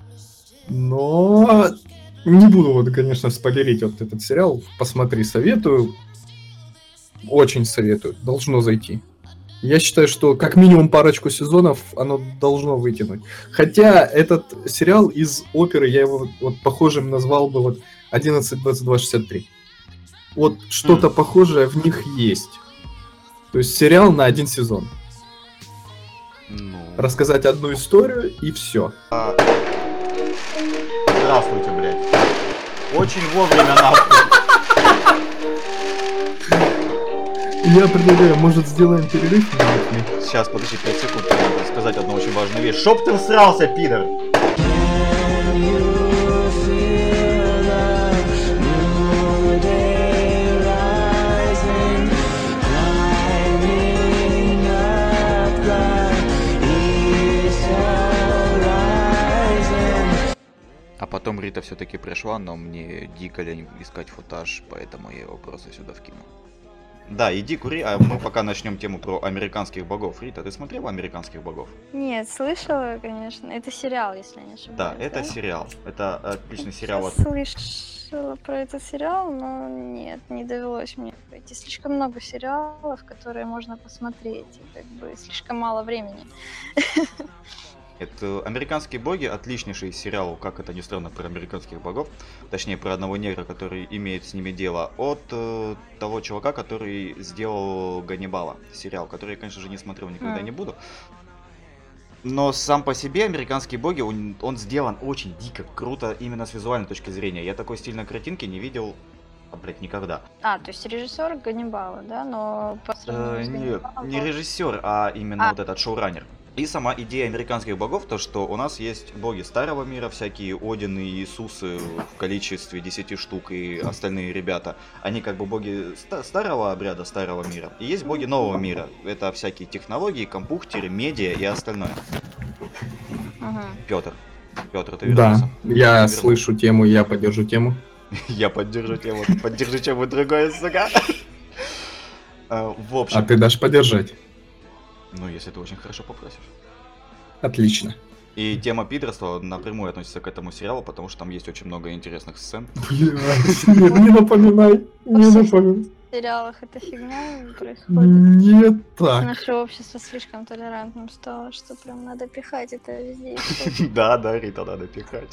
[SPEAKER 2] Но не буду вот, конечно, спойлерить вот этот сериал. Посмотри, советую. Очень советую. Должно зайти. Я считаю, что как минимум парочку сезонов оно должно вытянуть. Хотя этот сериал из оперы, я его вот похожим назвал бы вот 11-22-63. Вот что-то похожее в них есть. То есть сериал на один сезон. Рассказать одну историю и все.
[SPEAKER 1] Здравствуйте, блядь. Очень вовремя нахуй.
[SPEAKER 2] Я предлагаю, может, сделаем перерыв?
[SPEAKER 1] Сейчас, подожди, 5 секунд, надо сказать одну очень важную вещь. Чтоб ты всрался, пидор! А потом Рита все-таки пришла, но мне дико лень искать футаж, поэтому я его просто сюда вкинул. Да, иди кури, а мы пока начнем тему про американских богов. Рита, ты смотрела «Американских богов»?
[SPEAKER 4] Нет, слышала, конечно. Это сериал, если я не ошибаюсь.
[SPEAKER 1] Да, это сериал. Это отличный сериал.
[SPEAKER 4] Я слышала про этот сериал, но нет, не довелось мне пойти. Слишком много сериалов, которые можно посмотреть, и как бы слишком мало времени.
[SPEAKER 1] Это «Американские боги» — отличнейший сериал, как это ни странно, про американских богов. Точнее, про одного негра, который имеет с ними дело. От того чувака, который сделал «Ганнибала». Сериал, который я, конечно же, не смотрел, никогда не буду. Но сам по себе «Американские боги», он сделан очень дико круто именно с визуальной точки зрения. Я такой стиль на картинке не видел, никогда.
[SPEAKER 4] То есть режиссер Ганнибала, да? Но по сравнению с
[SPEAKER 1] Нет,
[SPEAKER 4] Ганнибалом...
[SPEAKER 1] не режиссер, а именно вот этот шоураннер. И сама идея американских богов, то что у нас есть боги старого мира, всякие Одины и Иисусы в количестве 10 штук и остальные ребята. Они как бы боги старого обряда, старого мира. И есть боги нового мира. Это всякие технологии, компьютеры, медиа и остальное. Петр, ты вернулся?
[SPEAKER 2] Да, я слышу тему, я поддержу тему.
[SPEAKER 1] Я поддержу тему, поддержи тему другое, сука. В общем...
[SPEAKER 2] А ты дашь поддержать?
[SPEAKER 1] Ну, если ты очень хорошо попросишь.
[SPEAKER 2] Отлично.
[SPEAKER 1] И тема пидорства напрямую относится к этому сериалу, потому что там есть очень много интересных сцен.
[SPEAKER 2] Не напоминай, не напоминай.
[SPEAKER 4] В сериалах это фигня происходит.
[SPEAKER 2] Не так.
[SPEAKER 4] Наше общество слишком толерантным стало, что прям надо пихать это везде.
[SPEAKER 1] Да, Рита, надо пихать.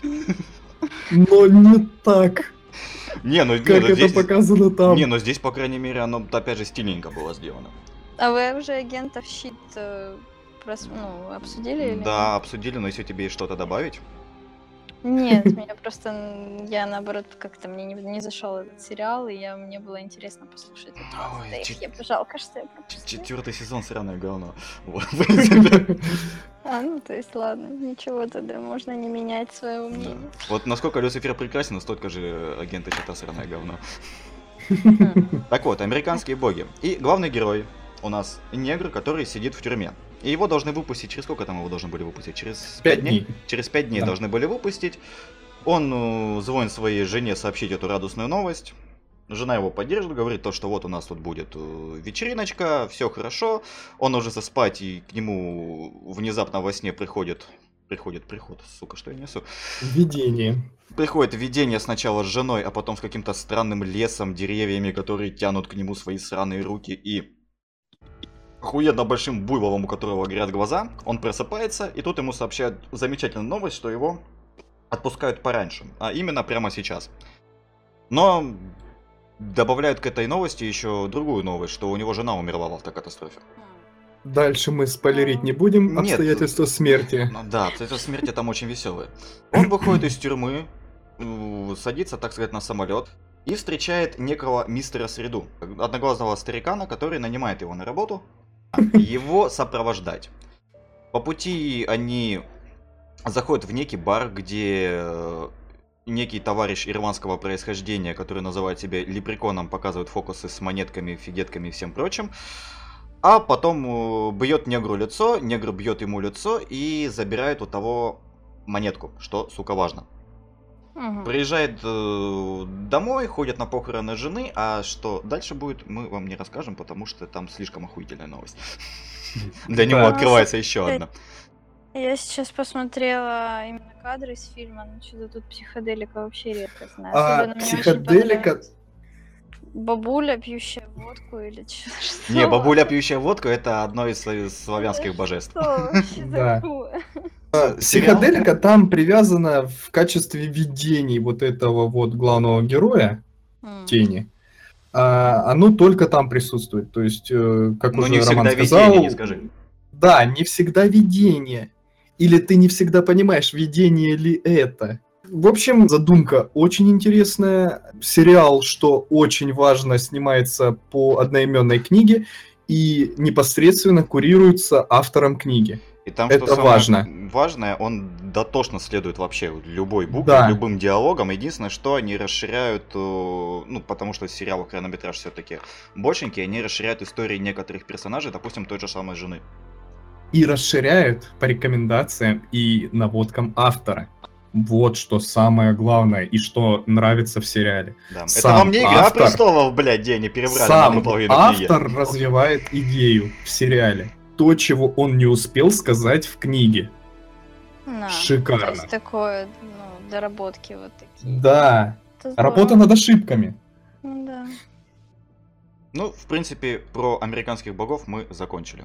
[SPEAKER 2] Но не так,
[SPEAKER 1] Не, ну
[SPEAKER 2] как это показано там.
[SPEAKER 1] Не, ну здесь, по крайней мере, оно опять же стильненько было сделано.
[SPEAKER 4] А вы уже агентов щит обсудили? Или
[SPEAKER 1] Да,
[SPEAKER 4] нет?
[SPEAKER 1] обсудили, но если тебе есть что-то добавить.
[SPEAKER 4] Нет, меня просто, я наоборот, как-то мне не зашел этот сериал, и мне было интересно послушать.
[SPEAKER 1] Ой,
[SPEAKER 4] Жалко, что я пропустила.
[SPEAKER 1] 4-й сезон сраное говно. Вот, в принципе.
[SPEAKER 4] То есть ладно, ничего тогда, можно не менять своего мнения.
[SPEAKER 1] Вот насколько Люцифер прекрасен, настолько же агенты щита сраное говно. Так вот, американские боги. И главный герой у нас негр, который сидит в тюрьме. И его должны выпустить, через сколько там его должны были выпустить? Через 5 дней? Через 5 дней должны были выпустить. Он звонит своей жене сообщить эту радостную новость. Жена его поддерживает, говорит то, что вот у нас тут будет вечериночка, все хорошо. Он ложится спать, и к нему внезапно во сне приход, сука, что я несу?
[SPEAKER 2] Видение.
[SPEAKER 1] Приходит видение сначала с женой, а потом с каким-то странным лесом, деревьями, которые тянут к нему свои сраные руки, и охуенно большим буйволом, у которого горят глаза. Он просыпается, и тут ему сообщают замечательную новость, что его отпускают пораньше, а именно прямо сейчас. Но добавляют к этой новости еще другую новость, что у него жена умерла в автокатастрофе.
[SPEAKER 2] Дальше мы спойлерить не будем.
[SPEAKER 1] Нет.
[SPEAKER 2] Обстоятельства смерти.
[SPEAKER 1] Да, обстоятельства смерти там очень веселые. Он выходит из тюрьмы, садится, так сказать, на самолет и встречает некого мистера Среду, одноглазого старикана, который нанимает его на работу, его сопровождать. По пути они заходят в некий бар, где некий товарищ ирландского происхождения, который называет себя лепреконом, показывает фокусы с монетками, фигетками и всем прочим. А потом бьет негру лицо, негр бьет ему лицо и забирает у того монетку, что, сука, важно. Приезжает домой, ходит на похороны жены, а что дальше будет, мы вам не расскажем, потому что там слишком охуительная новость. Для него открывается еще одна.
[SPEAKER 4] Я сейчас посмотрела именно кадры из фильма, ну что-то тут психоделика вообще редко знаю. Особенно мне очень
[SPEAKER 2] Психоделика...
[SPEAKER 4] понравилось. Бабуля, пьющая водку или что?
[SPEAKER 1] Не, бабуля, пьющая водку, это одно из славянских божеств.
[SPEAKER 4] Что вообще такое?
[SPEAKER 2] Психоделика там привязана в качестве видений вот этого вот главного героя, Тени. Оно только там присутствует. То есть, как
[SPEAKER 1] ну,
[SPEAKER 2] уже
[SPEAKER 1] не
[SPEAKER 2] Роман
[SPEAKER 1] всегда
[SPEAKER 2] сказал...
[SPEAKER 1] видение, не скажи.
[SPEAKER 2] Да, не всегда видение. Или ты не всегда понимаешь, видение ли это. В общем, задумка очень интересная. Сериал, что очень важно, снимается по одноименной книге и непосредственно курируется автором книги.
[SPEAKER 1] И там,
[SPEAKER 2] это
[SPEAKER 1] что
[SPEAKER 2] важно.
[SPEAKER 1] Важное, он дотошно следует вообще любой букве,
[SPEAKER 2] да.
[SPEAKER 1] Любым диалогам. Единственное, что они расширяют, ну, потому что сериал хронометраж все-таки большенький, они расширяют истории некоторых персонажей, допустим, той же самой жены.
[SPEAKER 2] И расширяют по рекомендациям и наводкам автора. Вот что самое главное и что нравится в сериале.
[SPEAKER 1] Да. Это вам не «Игра престолов», блядь, где они перебрали
[SPEAKER 2] сам
[SPEAKER 1] половину
[SPEAKER 2] автор
[SPEAKER 1] книги.
[SPEAKER 2] развивает идею в сериале. То, чего он не успел сказать в книге. Шикарно.
[SPEAKER 4] То есть такое, доработки вот такие.
[SPEAKER 2] Да. Работа над ошибками.
[SPEAKER 4] Да.
[SPEAKER 1] Ну, в принципе, про американских богов мы закончили.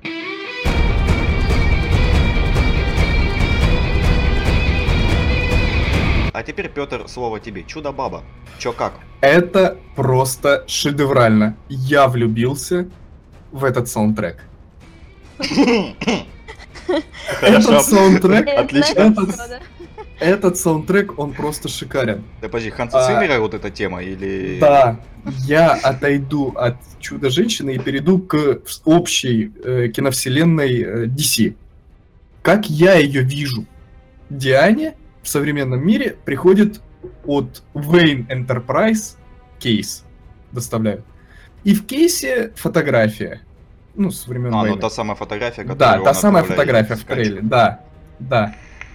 [SPEAKER 1] А теперь, Петр, слово тебе. Чудо-баба. Чё как?
[SPEAKER 2] Это просто шедеврально. Я влюбился в этот саундтрек. Этот саундтрек,
[SPEAKER 1] Отлично.
[SPEAKER 2] этот саундтрек, он просто шикарен.
[SPEAKER 1] Да подожди, Ханса Циммера вот эта тема или...
[SPEAKER 2] Да, я отойду от Чудо-женщины и перейду к общей киновселенной DC. Как я ее вижу, Диане в современном мире приходит от Wayne Enterprise кейс, доставляют. И в кейсе фотография. Ну, с времен
[SPEAKER 1] А,
[SPEAKER 2] войны.
[SPEAKER 1] ну та самая фотография, которую
[SPEAKER 2] Да,
[SPEAKER 1] он
[SPEAKER 2] та самая
[SPEAKER 1] отправляет
[SPEAKER 2] фотография
[SPEAKER 1] в
[SPEAKER 2] в трейлере, да.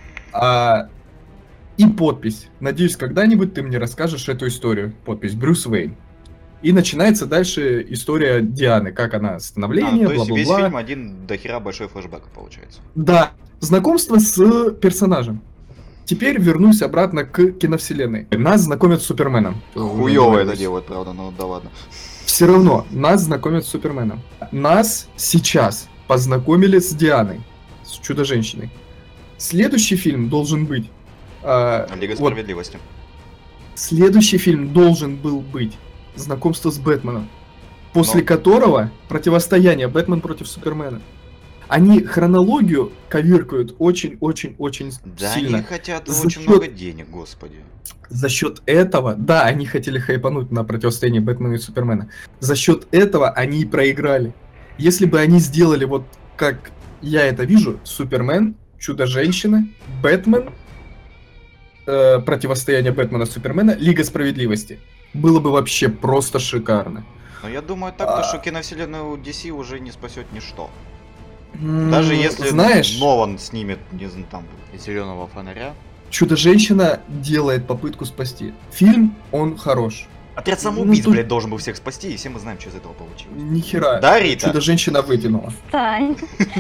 [SPEAKER 2] И подпись. Надеюсь, когда-нибудь ты мне расскажешь эту историю. Подпись Брюс Уэйн. И начинается дальше история Дианы, как она, становление,
[SPEAKER 1] то есть весь
[SPEAKER 2] бла-бла-бла.
[SPEAKER 1] фильм один дохера большой флешбэк получается.
[SPEAKER 2] Да, знакомство с персонажем. Теперь вернусь обратно к киновселенной. Нас знакомят с Суперменом.
[SPEAKER 1] Хуёво это делают, правда, ну да ладно.
[SPEAKER 2] Все равно нас знакомят с Суперменом. Нас сейчас познакомили с Дианой, с Чудо-женщиной. Следующий фильм должен быть...
[SPEAKER 1] Лига справедливости.
[SPEAKER 2] Следующий фильм должен был быть знакомство с Бэтменом, после которого противостояние Бэтмен против Супермена. Они хронологию коверкают очень-очень-очень
[SPEAKER 1] Да
[SPEAKER 2] сильно.
[SPEAKER 1] они хотят
[SPEAKER 2] За
[SPEAKER 1] очень
[SPEAKER 2] счет-
[SPEAKER 1] много денег, господи.
[SPEAKER 2] За счет этого, да, они хотели хайпануть на противостояние Бэтмена и Супермена. За счет этого они и проиграли. Если бы они сделали вот как я это вижу, Супермен, Чудо-женщина, Бэтмен, противостояние Бэтмена Супермена, Лига справедливости, было бы вообще просто шикарно.
[SPEAKER 1] Но я думаю так-то, что киновселенную DC уже не спасет ничто. Даже если
[SPEAKER 2] знаешь,
[SPEAKER 1] Нолан снимет, не знаю, там, зеленого фонаря.
[SPEAKER 2] Чудо-женщина делает попытку спасти. Фильм, он хорош.
[SPEAKER 1] Отряд самоубийц,
[SPEAKER 2] тут-
[SPEAKER 1] блядь, должен был всех спасти, и все мы знаем, что из этого получилось.
[SPEAKER 2] Нихера.
[SPEAKER 1] Да, Рита?
[SPEAKER 2] Чудо-женщина вытянула.
[SPEAKER 4] Тань.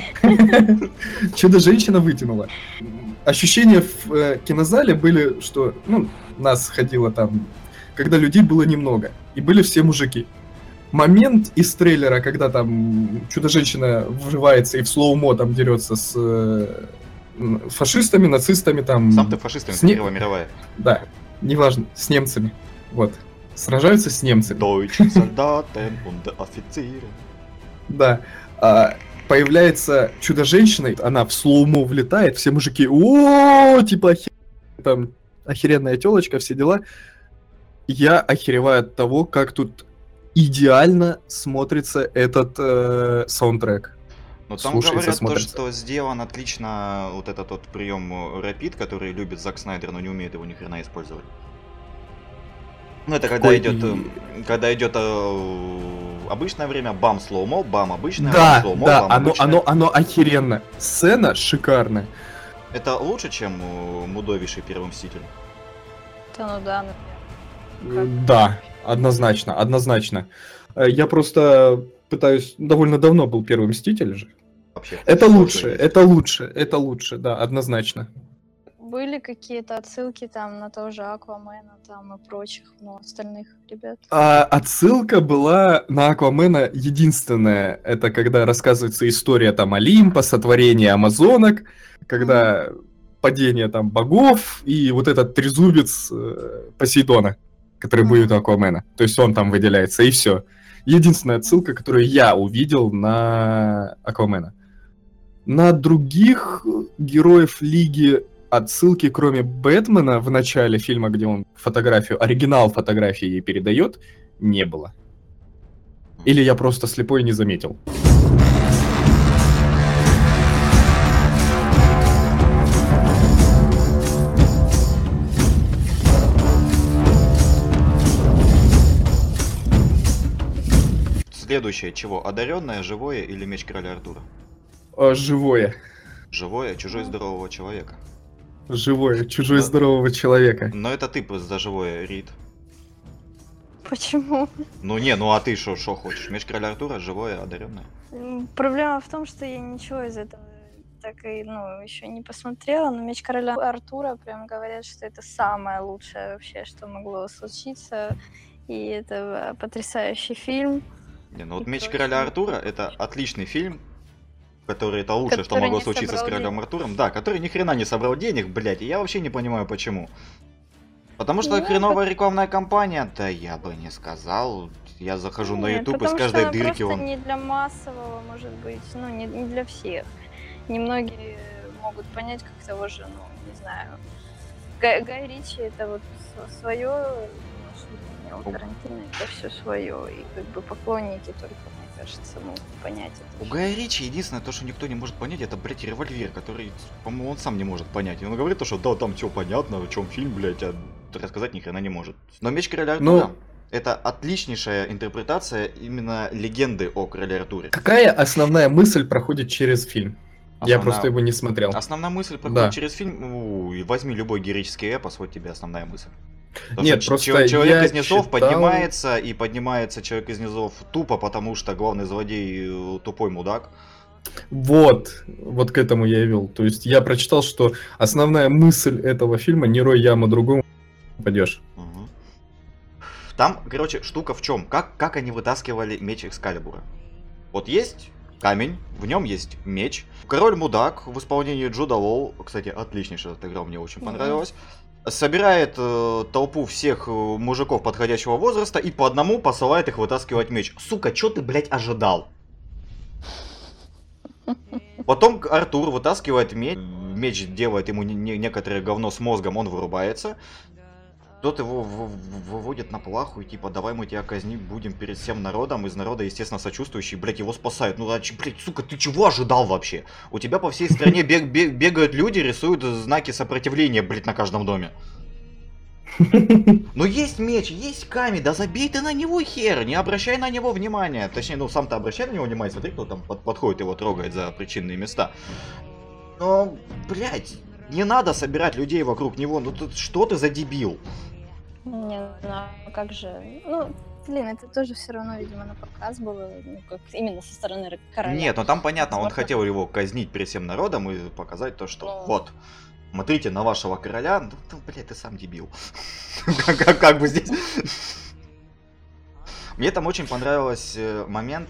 [SPEAKER 2] Чудо-женщина вытянула. Ощущения в кинозале были, что, ну, нас ходило там, когда людей было немного, и были все мужики. Момент из трейлера, когда там Чудо-женщина врывается и в слоумо там дерется с фашистами, нацистами там.
[SPEAKER 1] Сам ты фашистами, Первая мировая.
[SPEAKER 2] Да, неважно, с немцами. Вот. Сражаются с немцами.
[SPEAKER 1] Deutsche Soldaten und Offiziere.
[SPEAKER 2] Да. Появляется Чудо-женщина, она в слоумо влетает, все мужики, о, типа, там, охеренная телочка, все дела. Я охереваю от того, как тут идеально смотрится этот саундтрек.
[SPEAKER 1] Но там
[SPEAKER 2] Слушается,
[SPEAKER 1] говорят то,
[SPEAKER 2] смотрится.
[SPEAKER 1] что сделан отлично вот этот вот прием Rapid, который любит Зак Снайдер, но не умеет его ни хрена использовать. Ну это когда
[SPEAKER 2] Какой
[SPEAKER 1] идет,
[SPEAKER 2] и-
[SPEAKER 1] когда идет обычное время, бам, слоумо, бам, обычное, бам,
[SPEAKER 2] Да,
[SPEAKER 1] слоумо,
[SPEAKER 2] да,
[SPEAKER 1] бам,
[SPEAKER 2] оно,
[SPEAKER 1] обычное.
[SPEAKER 2] оно охеренно. Сцена шикарная.
[SPEAKER 1] Это лучше, чем Мудовейший Первый Мститель?
[SPEAKER 4] Да, ну да. Как?
[SPEAKER 2] Да, однозначно, однозначно. Я просто пытаюсь... Довольно давно был Первый Мститель же.
[SPEAKER 1] Вообще.
[SPEAKER 2] Это
[SPEAKER 1] сложно
[SPEAKER 2] лучше,
[SPEAKER 1] есть.
[SPEAKER 2] это лучше, да, однозначно.
[SPEAKER 4] Были какие-то отсылки там на того же Аквамена там и прочих, ну, остальных ребят.
[SPEAKER 2] Отсылка была на Аквамена единственная. Это когда рассказывается история там Олимпа, сотворение амазонок, когда падение там богов и вот этот трезубец Посейдона, который будет у Аквамена. То есть он там выделяется, и все. Единственная отсылка, которую я увидел на Аквамена. На других героев Лиги отсылки, кроме Бэтмена в начале фильма, где он фотографию, оригинал фотографии ей передает, не было. Или я просто слепой и не заметил.
[SPEAKER 1] Следующее чего? Одаренное, живое или меч короля Артура?
[SPEAKER 2] Живое.
[SPEAKER 1] Живое, чужой здорового человека.
[SPEAKER 2] Живое. Чужой
[SPEAKER 1] Да.
[SPEAKER 2] здорового человека.
[SPEAKER 1] Но это ты за живое, Рид.
[SPEAKER 4] Почему?
[SPEAKER 1] Ну не, ну а ты шо хочешь? Меч короля Артура, живое, одаренное.
[SPEAKER 4] Проблема в том, что я ничего из этого так и, ну, еще не посмотрела, но Меч короля Артура прям говорят, что это самое лучшее вообще, что могло случиться, и это потрясающий фильм.
[SPEAKER 1] Не, ну вот
[SPEAKER 4] И
[SPEAKER 1] «Меч
[SPEAKER 4] прочее.
[SPEAKER 1] короля Артура» — это отличный фильм, который это лучшее, что
[SPEAKER 4] Который
[SPEAKER 1] могло
[SPEAKER 4] не
[SPEAKER 1] случиться с
[SPEAKER 4] собрал
[SPEAKER 1] королем
[SPEAKER 4] денег.
[SPEAKER 1] Артуром. Да, который ни хрена не собрал денег, блядь, и я вообще не понимаю почему. Потому что
[SPEAKER 4] Ну,
[SPEAKER 1] хреновая рекламная кампания, да я бы не сказал. Я захожу на
[SPEAKER 4] Нет,
[SPEAKER 1] YouTube, и с
[SPEAKER 4] потому что
[SPEAKER 1] каждой
[SPEAKER 4] она
[SPEAKER 1] дырки
[SPEAKER 4] просто
[SPEAKER 1] он...
[SPEAKER 4] не для массового, может быть, ну, не для всех. Немногие могут понять, как того же, ну, не знаю. Гай Ричи это вот свое, у Тарантино это все свое, и как бы поклонники только, мне кажется, могут понять это.
[SPEAKER 1] У Гая Ричи единственное, то, что никто не может понять, это, блядь, револьвер, который, по-моему, он сам не может понять. И он говорит, то, что да, там все понятно, о чем фильм, блядь, а рассказать ни хрена не может. Но «Меч короля Артура» — это отличнейшая интерпретация именно легенды о короле Артуре.
[SPEAKER 2] Какая основная мысль проходит через фильм? Я
[SPEAKER 1] Основная-
[SPEAKER 2] просто его не смотрел.
[SPEAKER 1] Основная мысль проходит
[SPEAKER 2] Да.
[SPEAKER 1] через фильм. И возьми любой героический эпос, вот тебе основная мысль.
[SPEAKER 2] Нет,
[SPEAKER 1] что
[SPEAKER 2] просто
[SPEAKER 1] человек
[SPEAKER 2] я
[SPEAKER 1] из низов
[SPEAKER 2] читал-
[SPEAKER 1] поднимается, и поднимается человек из низов тупо, потому что главный злодей тупой мудак.
[SPEAKER 2] Вот к этому я и вел. То есть я прочитал, что основная мысль этого фильма «Не рой яму другому, упадешь».
[SPEAKER 1] Мгм. Там, короче, штука в чем? Как они вытаскивали меч Экскалибура? Вот есть камень, в нем есть меч. Король мудак в исполнении Джуда Лоу, кстати, отличнейшая эта игра, мне очень понравилась. Собирает толпу всех мужиков подходящего возраста и по одному посылает их вытаскивать меч. Сука, чё ты, блядь, ожидал? Потом Артур вытаскивает меч, меч делает ему некоторое говно с мозгом, он вырубается. Тот его выводит на плаху и типа, давай мы тебя казнить будем перед всем народом. Из народа, естественно, сочувствующий, блядь, его спасают. Ну, блядь, сука, ты чего ожидал вообще? У тебя по всей стране бегают люди, рисуют знаки сопротивления, блядь, на каждом доме. Ну есть меч, есть камень, да забей ты на него хер, не обращай на него внимания. Точнее, ну сам-то обращай на него внимание, смотри, кто там подходит, его трогает за причинные места. Но, блядь, не надо собирать людей вокруг него, ну что ты за дебил?
[SPEAKER 4] Не знаю, как же. Ну, блин, это тоже все равно, видимо, на показ было, ну, как именно со стороны короля.
[SPEAKER 1] Нет, ну там понятно, он
[SPEAKER 4] Возможно.
[SPEAKER 1] хотел его казнить перед всем народом и показать то, что
[SPEAKER 4] Ну.
[SPEAKER 1] вот, смотрите на вашего короля, ну, блядь, ты сам дебил. Как бы здесь... Мне там очень понравился момент,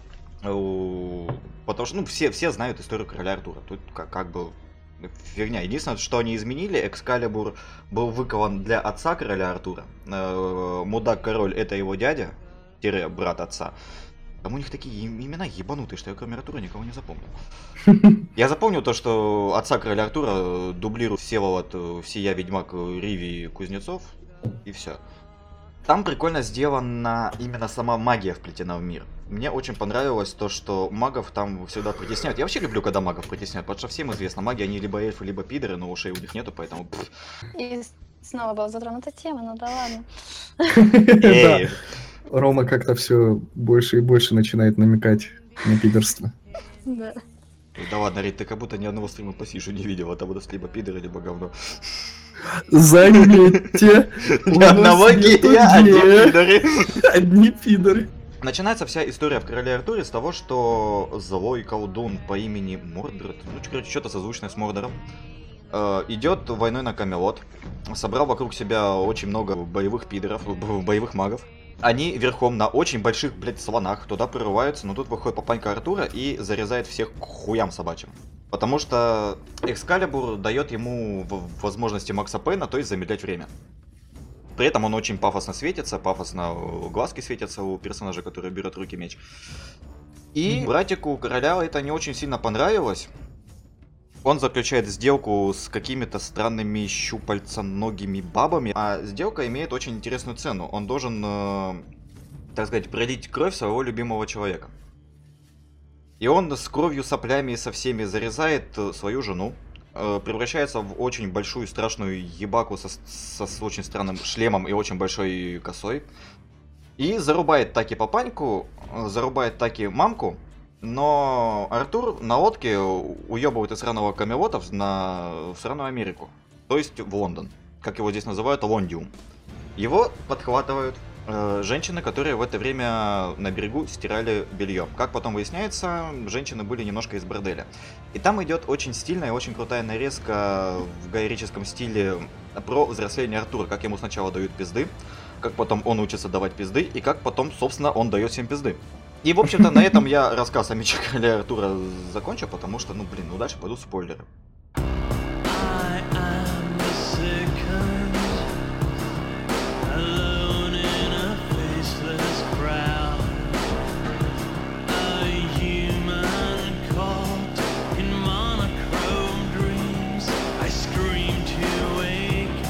[SPEAKER 1] потому что, ну, все знают историю короля Артура, тут как бы фигня. Единственное, что они изменили, Экскалибур был выкован для отца короля Артура. Мудак-король — это его дядя, брат отца. Там у них такие имена ебанутые, что я кроме Артура никого не запомнил. Я запомнил то, что отца короля Артура дублирует Всеволод, Всея, Ведьмак, Риви, Кузнецов, и все. Там прикольно сделана именно сама магия вплетена в мир. Мне очень понравилось то, что магов там всегда притесняют. Я вообще люблю, когда магов притесняют, потому что всем известно, маги они либо эльфы, либо пидоры, но ушей у них нету, поэтому...
[SPEAKER 4] И снова была затронута тема, ну да ладно.
[SPEAKER 1] Эй,
[SPEAKER 2] Рома как-то все больше и больше начинает намекать на пидорство.
[SPEAKER 4] Да.
[SPEAKER 1] да ладно, Рит, ты как будто ни одного стрима по Сишу не видел, это будут либо пидоры, либо говно.
[SPEAKER 2] Заметьте, у
[SPEAKER 1] Ни
[SPEAKER 2] нас
[SPEAKER 1] одного
[SPEAKER 2] нету
[SPEAKER 1] гея, одни
[SPEAKER 2] гея.
[SPEAKER 1] пидоры.
[SPEAKER 2] Одни пидоры.
[SPEAKER 1] Начинается вся история в Короле Артуре с того, что злой колдун по имени Мордред, ну, короче, что-то созвучное с Мордором, идет войной на Камелот, собрал вокруг себя очень много боевых пидоров, боевых магов. Они верхом на очень больших, блядь, слонах туда прорываются, но тут выходит папанька Артура и зарезает всех к хуям собачьим. Потому что Экскалибур дает ему возможности Макса Пейна, то есть замедлять время. При этом он очень пафосно светится, пафосно глазки светятся у персонажа, который берет в руки меч. И братику короля это не очень сильно понравилось. Он заключает сделку с какими-то странными щупальцоногими бабами, а сделка имеет очень интересную цену. Он должен, так сказать, пролить кровь своего любимого человека. И он с кровью, соплями и со всеми зарезает свою жену, превращается в очень большую страшную ебаку со очень странным шлемом и очень большой косой. И зарубает таки папаньку, зарубает таки мамку. Но Артур на лодке уебывает из сраного Камелота в сраную Америку. То есть в Лондон. Как его здесь называют, Лондиум. Его подхватывают женщины, которые в это время на берегу стирали белье. Как потом выясняется, женщины были немножко из борделя. И там идет очень стильная и очень крутая нарезка в гайрическом стиле про взросление Артура. Как ему сначала дают пизды, как потом он учится давать пизды, и как потом, собственно, он дает всем пизды. И, в общем-то, на этом я рассказ о мече короля Артура закончу, потому что, ну, дальше пойдут спойлеры.
[SPEAKER 3] I am the second, alone in a faceless crowd, a human caught in monochrome dreams. I scream to wake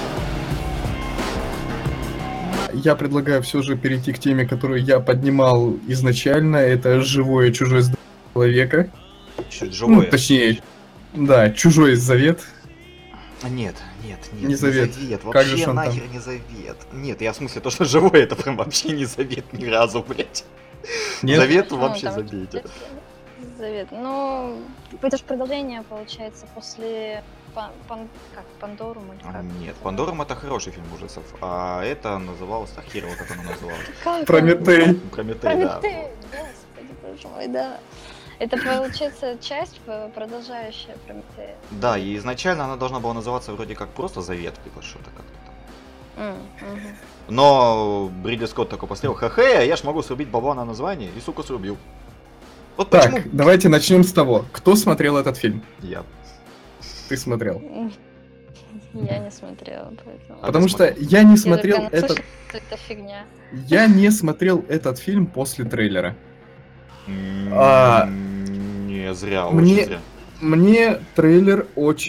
[SPEAKER 3] up.
[SPEAKER 2] Я предлагаю все же перейти к теме, которую я поднимал изначально. Это живое чужое здоровье человека.
[SPEAKER 1] Чуть
[SPEAKER 2] Ну,
[SPEAKER 1] живое.
[SPEAKER 2] точнее, да, чужой завет.
[SPEAKER 1] Нет,
[SPEAKER 2] Не завет. Как
[SPEAKER 1] Вообще
[SPEAKER 2] же ж он
[SPEAKER 1] нахер не завет. Нет, я в смысле то, что живое, это прям вообще не завет ни разу, блять.
[SPEAKER 2] Нет?
[SPEAKER 1] Завет
[SPEAKER 4] Почему?
[SPEAKER 1] вообще
[SPEAKER 4] Там
[SPEAKER 1] забейте.
[SPEAKER 4] Завет. Ну, это же продолжение, получается, после Пандорум или как?
[SPEAKER 1] Нет, Пандорум это хороший фильм ужасов, а это называлось, так херово, как оно называлось.
[SPEAKER 4] Как?
[SPEAKER 2] Прометей.
[SPEAKER 1] Прометей, да.
[SPEAKER 4] Прометей, господи, боже мой, да. Это, получается, часть, продолжающая Прометея.
[SPEAKER 1] Да, и изначально она должна была называться вроде как просто Завет, либо что-то как-то там.
[SPEAKER 4] Мгм.
[SPEAKER 1] Но Ридли Скотт такой посмотрел, хе-хе, я ж могу срубить бабла на название, и, сука, срубил. Вот
[SPEAKER 2] Так,
[SPEAKER 1] почему
[SPEAKER 2] давайте начнем с того. Кто смотрел этот фильм?
[SPEAKER 1] я.
[SPEAKER 2] Ты смотрел.
[SPEAKER 4] Я не смотрела, поэтому...
[SPEAKER 1] А
[SPEAKER 2] Потому
[SPEAKER 1] ты
[SPEAKER 2] что
[SPEAKER 1] смотрел?
[SPEAKER 2] я не
[SPEAKER 4] Я
[SPEAKER 2] смотрел
[SPEAKER 4] только
[SPEAKER 2] этот...
[SPEAKER 4] наслышана, что это фигня.
[SPEAKER 2] Я не смотрел этот фильм после трейлера. А,
[SPEAKER 1] Не, зря,
[SPEAKER 2] мне-
[SPEAKER 1] очень зря.
[SPEAKER 2] Мне трейлер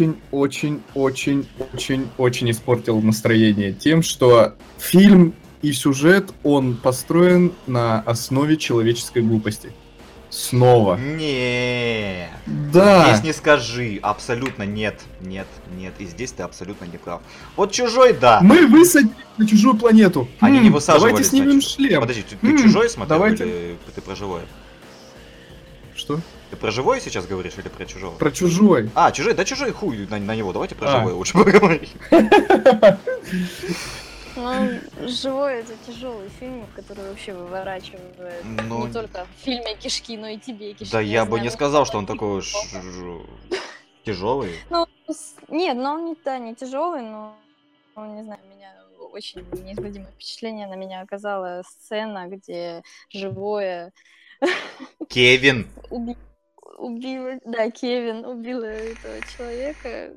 [SPEAKER 2] очень испортил настроение тем, что фильм и сюжет, он построен на основе человеческой глупости. Снова.
[SPEAKER 1] Не.
[SPEAKER 2] Да.
[SPEAKER 1] Здесь не скажи, абсолютно нет. И здесь ты абсолютно не прав. Вот чужой, да.
[SPEAKER 2] Мы высадились на чужую планету.
[SPEAKER 1] Они не высаживались.
[SPEAKER 2] Давайте снимем
[SPEAKER 1] значит.
[SPEAKER 2] шлем.
[SPEAKER 1] Подожди, ты чужой смотрел
[SPEAKER 2] давайте.
[SPEAKER 1] или ты про живое?
[SPEAKER 2] Что?
[SPEAKER 1] Ты про живое сейчас говоришь или про чужого?
[SPEAKER 2] Про чужой.
[SPEAKER 1] А, чужой, да чужой хуй на него, давайте про
[SPEAKER 2] А.
[SPEAKER 1] живое лучше поговорим.
[SPEAKER 4] Ну, живой это тяжелый фильм, который вообще выворачивает
[SPEAKER 1] Ну,
[SPEAKER 4] не только в фильме кишки, но и тебе кишки.
[SPEAKER 1] да я бы
[SPEAKER 4] знаю,
[SPEAKER 1] не
[SPEAKER 4] ну,
[SPEAKER 1] сказал, что он такой уж тяжелый.
[SPEAKER 4] Ну, нет, но он не тяжелый, но, не знаю, меня очень неизгладимое впечатление на меня оказала сцена, где живое
[SPEAKER 1] Кевин.
[SPEAKER 4] убила, да, Кевин убила этого человека.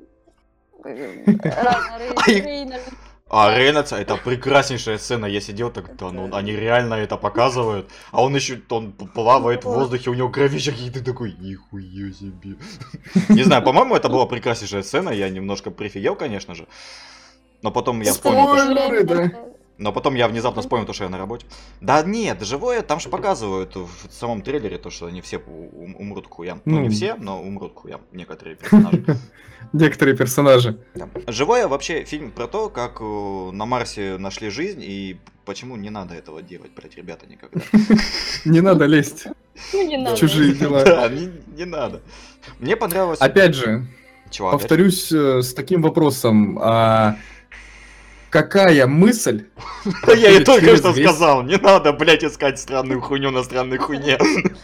[SPEAKER 4] Рейнольд.
[SPEAKER 1] А Рейнольдс, это прекраснейшая сцена. Я сидел так, да, ну они реально это показывают. А он еще, он плавает в воздухе, у него кровища какие-то, такой, нихуя себе. Не знаю, по-моему, это была прекраснейшая сцена. Я немножко прифигел, конечно же. Но потом я вспомнил,
[SPEAKER 2] Спойлеры, да.
[SPEAKER 1] но потом я внезапно вспомнил то, что я на работе. Да нет, живое, там же показывают в самом трейлере то, что они все умрут к хуям. Ну, не
[SPEAKER 2] Ну.
[SPEAKER 1] все, но умрут к хуям, некоторые персонажи.
[SPEAKER 2] Некоторые персонажи.
[SPEAKER 1] Да. Живое вообще фильм про то, как на Марсе нашли жизнь и почему не надо этого делать, блять, ребята, никогда.
[SPEAKER 2] Не надо лезть
[SPEAKER 4] Ну, не надо.
[SPEAKER 2] в чужие дела.
[SPEAKER 1] Да, не надо. Мне понравилось...
[SPEAKER 2] Опять же,
[SPEAKER 1] Чего опять?
[SPEAKER 2] повторюсь с таким вопросом. Какая мысль?
[SPEAKER 1] Да я и
[SPEAKER 2] проходит
[SPEAKER 1] только
[SPEAKER 2] через
[SPEAKER 1] что
[SPEAKER 2] весь-
[SPEAKER 1] сказал, не надо, блять, искать странную хуйню на странной хуйне.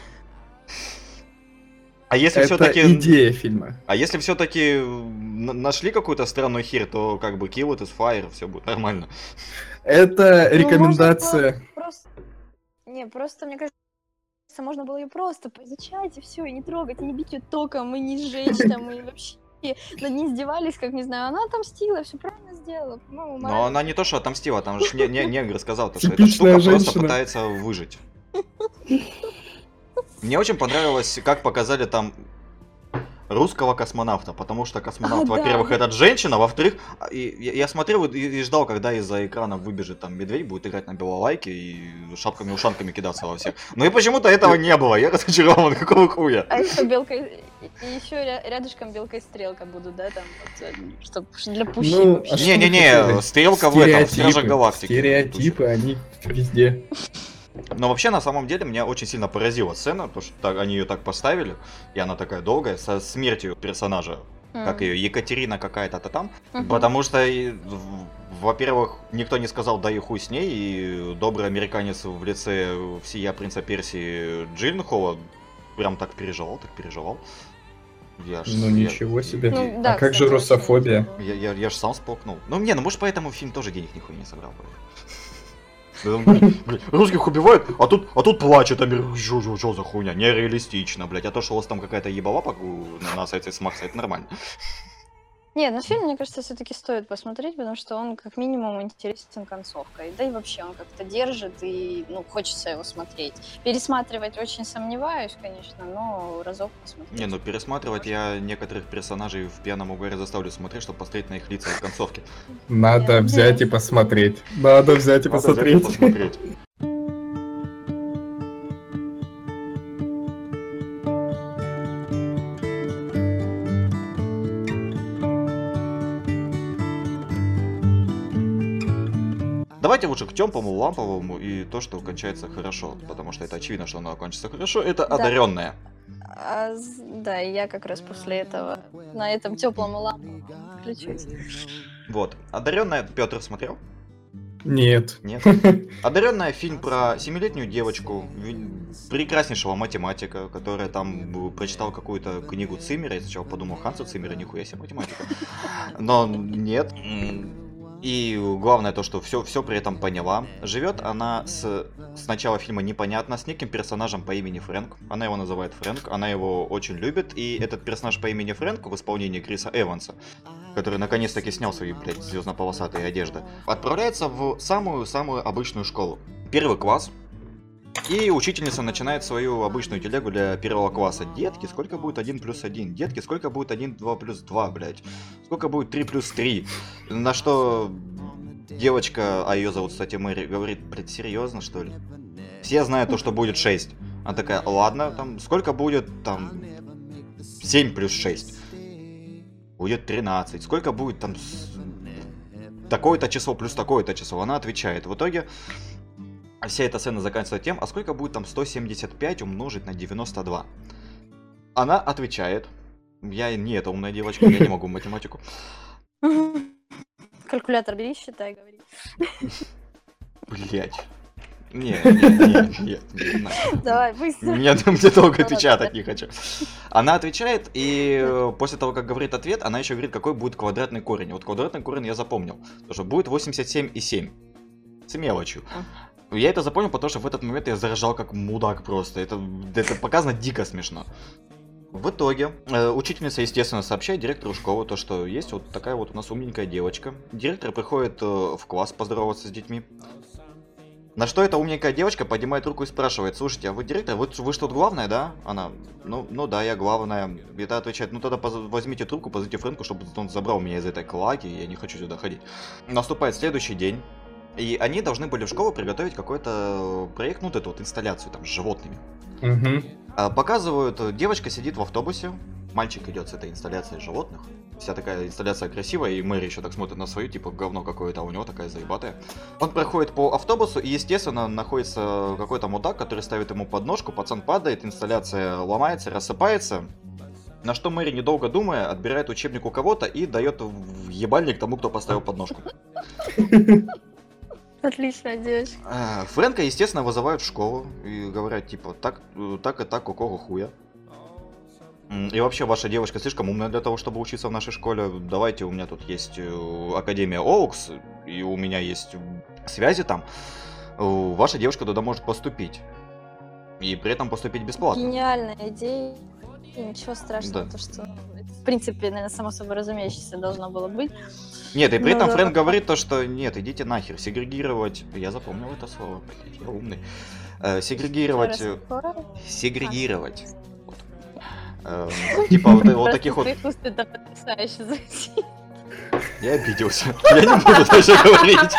[SPEAKER 1] А если
[SPEAKER 2] Это
[SPEAKER 1] все-таки...
[SPEAKER 2] идея фильма.
[SPEAKER 1] А если все-таки нашли какую-то странную херь, то как бы kill it is fire, все будет нормально.
[SPEAKER 2] Это
[SPEAKER 4] Ну,
[SPEAKER 2] рекомендация.
[SPEAKER 4] можно просто... Не, просто, мне кажется, можно было ее просто поизучать, и все, и не трогать, и не бить ее током, и не сжечь там, и вообще над ней издевались, как, не знаю, она отомстила, все правильно сделала, по-моему,
[SPEAKER 1] Но
[SPEAKER 4] морально.
[SPEAKER 1] она не то, что отомстила, там же негр сказал, то, что эта
[SPEAKER 2] Типичная
[SPEAKER 1] штука просто
[SPEAKER 2] женщина.
[SPEAKER 1] пытается выжить. Мне очень понравилось, как показали там русского космонавта, потому что космонавт,
[SPEAKER 4] А, да.
[SPEAKER 1] во-первых, это женщина, во-вторых, я смотрел и ждал, когда из-за экрана выбежит там медведь, будет играть на балалайке и шапками-ушанками кидаться во всех. Ну и почему-то этого не было, я разочарован, какого хуя.
[SPEAKER 4] А еще белка, и еще рядышком белка и стрелка будут, да, там, вот, чтобы для пущей
[SPEAKER 2] Ну,
[SPEAKER 4] вообще.
[SPEAKER 2] а что вы
[SPEAKER 1] Не-не-не,
[SPEAKER 2] хотели?
[SPEAKER 1] стрелка в этом, в Стражах Галактики.
[SPEAKER 2] Стереотипы, они везде.
[SPEAKER 1] Но вообще, на самом деле, меня очень сильно поразила сцена, потому что они ее так поставили, и она такая долгая, со смертью персонажа, как ее, Екатерина какая-то там.
[SPEAKER 4] Мгм.
[SPEAKER 1] Потому что, во-первых, никто не сказал, да и хуй с ней, и добрый американец в лице всея принца Персии Джилленхола прям так переживал. Я ж-
[SPEAKER 2] Ну
[SPEAKER 1] я-
[SPEAKER 2] ничего себе.
[SPEAKER 4] Ну, да,
[SPEAKER 2] А как же
[SPEAKER 4] кстати,
[SPEAKER 2] русофобия?
[SPEAKER 4] очень
[SPEAKER 1] Я ж сам сполкнул. Ну, не, ну может поэтому фильм тоже денег нихуя не собрал бы. Блядь, русских убивают, а тут плачет Амир. Что за хуйня? Нереалистично, блядь. А то, что у вас там какая-то ебалапа на сайте с Макса, это нормально.
[SPEAKER 4] Нет, ну фильм, мне кажется, все-таки стоит посмотреть, потому что он как минимум интересен концовкой. Да и вообще он как-то держит, и ну, хочется его смотреть. Пересматривать очень сомневаюсь, конечно, но разок посмотреть.
[SPEAKER 1] Не, ну пересматривать я некоторых персонажей в пьяном угаре заставлю смотреть, чтобы посмотреть на их лица в концовке.
[SPEAKER 2] Надо взять и посмотреть. Надо взять и
[SPEAKER 1] Надо взять и
[SPEAKER 2] посмотреть.
[SPEAKER 1] посмотреть. Давайте лучше к темпому, ламповому и то, что кончается хорошо, потому что это очевидно, что оно окончится хорошо. Это
[SPEAKER 4] Да.
[SPEAKER 1] одаренная.
[SPEAKER 4] Да, и я как раз после этого на этом теплом лампу включусь.
[SPEAKER 1] Вот. Одаренная, Петр смотрел?
[SPEAKER 2] Нет.
[SPEAKER 1] Нет. Одаренная фильм про 7-летнюю девочку, прекраснейшего математика, которая там прочитал какую-то книгу Циммера. Я сначала подумал, Ханса Циммера, нихуя себе математика. Но нет. И главное то, что все при этом поняла. Живет она с начала фильма непонятно, с неким персонажем по имени Фрэнк. Она его называет Фрэнк, она его очень любит. И этот персонаж по имени Фрэнк в исполнении Криса Эванса, который наконец-таки снял свои, блядь, звездно-полосатые одежды, отправляется в самую-самую обычную школу. 1 класс. И учительница начинает свою обычную телегу для 1 класса. Детки, сколько будет 1 плюс 1? Детки, сколько будет 1, 2 плюс 2, блядь? Сколько будет 3 плюс 3? На что девочка, а ее зовут, кстати, Мэри, говорит, блядь, серьезно, что ли? Все знают то, что будет 6. Она такая, ладно, там, сколько будет, там, 7 плюс 6? Будет 13. Сколько будет, там, такое-то число плюс такое-то число? Она отвечает. В итоге вся эта сцена заканчивается тем, а сколько будет там 175 умножить на 92? Она отвечает. Я не эта умная девочка, я не могу математику.
[SPEAKER 4] Калькулятор бери, считай, говори.
[SPEAKER 1] Блять. Нет.
[SPEAKER 4] Давай, быстро.
[SPEAKER 1] Мне долго
[SPEAKER 4] Ну,
[SPEAKER 1] отвечать
[SPEAKER 4] ладно,
[SPEAKER 1] не хочу. Она отвечает, и после того, как говорит ответ, она еще говорит, какой будет квадратный корень. Вот квадратный корень я запомнил. Потому что будет 87,7. С мелочью. Я это запомнил, потому что в этот момент я заржал как мудак просто. Это показано дико смешно. В итоге, учительница, естественно, сообщает директору школы то, что есть вот такая вот у нас умненькая девочка. Директор приходит в класс поздороваться с детьми. На что эта умненькая девочка поднимает руку и спрашивает, слушайте, а вы директор, вы что тут главная, да? Она, ну да, я главная. И та отвечает, ну тогда возьмите трубку, позовите Фрэнку, чтобы он забрал меня из этой клаки, я не хочу сюда ходить. Наступает следующий день. И они должны были в школу приготовить какой-то проект, ну, вот эту вот инсталляцию там с животными. Показывают, девочка сидит в автобусе, мальчик идет с этой инсталляцией животных. Вся такая инсталляция красивая, и Мэри еще так смотрит на свою, типа, говно какое-то, а у него такая заебатая. Он проходит по автобусу, и, естественно, находится какой-то мудак, который ставит ему подножку, пацан падает, инсталляция ломается, рассыпается. На что Мэри, недолго думая, отбирает учебник у кого-то и дает в ебальник тому, кто поставил подножку.
[SPEAKER 4] Отличная девочка.
[SPEAKER 1] Фрэнка, естественно, вызывают в школу и говорят, типа, так и так, какого хуя. И вообще, ваша девочка слишком умная для того, чтобы учиться в нашей школе. Давайте, у меня тут есть Академия Оукс, и у меня есть связи там. Ваша девушка туда может поступить. И при этом поступить бесплатно.
[SPEAKER 4] Гениальная идея. И ничего страшного,
[SPEAKER 1] Да.
[SPEAKER 4] то, что, в принципе, наверное, само собой разумеющееся должно было быть.
[SPEAKER 1] Нет, и при
[SPEAKER 4] Ну
[SPEAKER 1] этом
[SPEAKER 4] да.
[SPEAKER 1] Фрэнк говорит то, что нет, идите нахер, сегрегировать. Я запомнил это слово, блядь, я умный. Сегрегировать.
[SPEAKER 4] Еще раз,
[SPEAKER 1] Сегрегировать. Вот. Типа вот таких вот.
[SPEAKER 4] Твоих уст это потрясающе звучит.
[SPEAKER 1] Я обиделся. Я не буду даже говорить.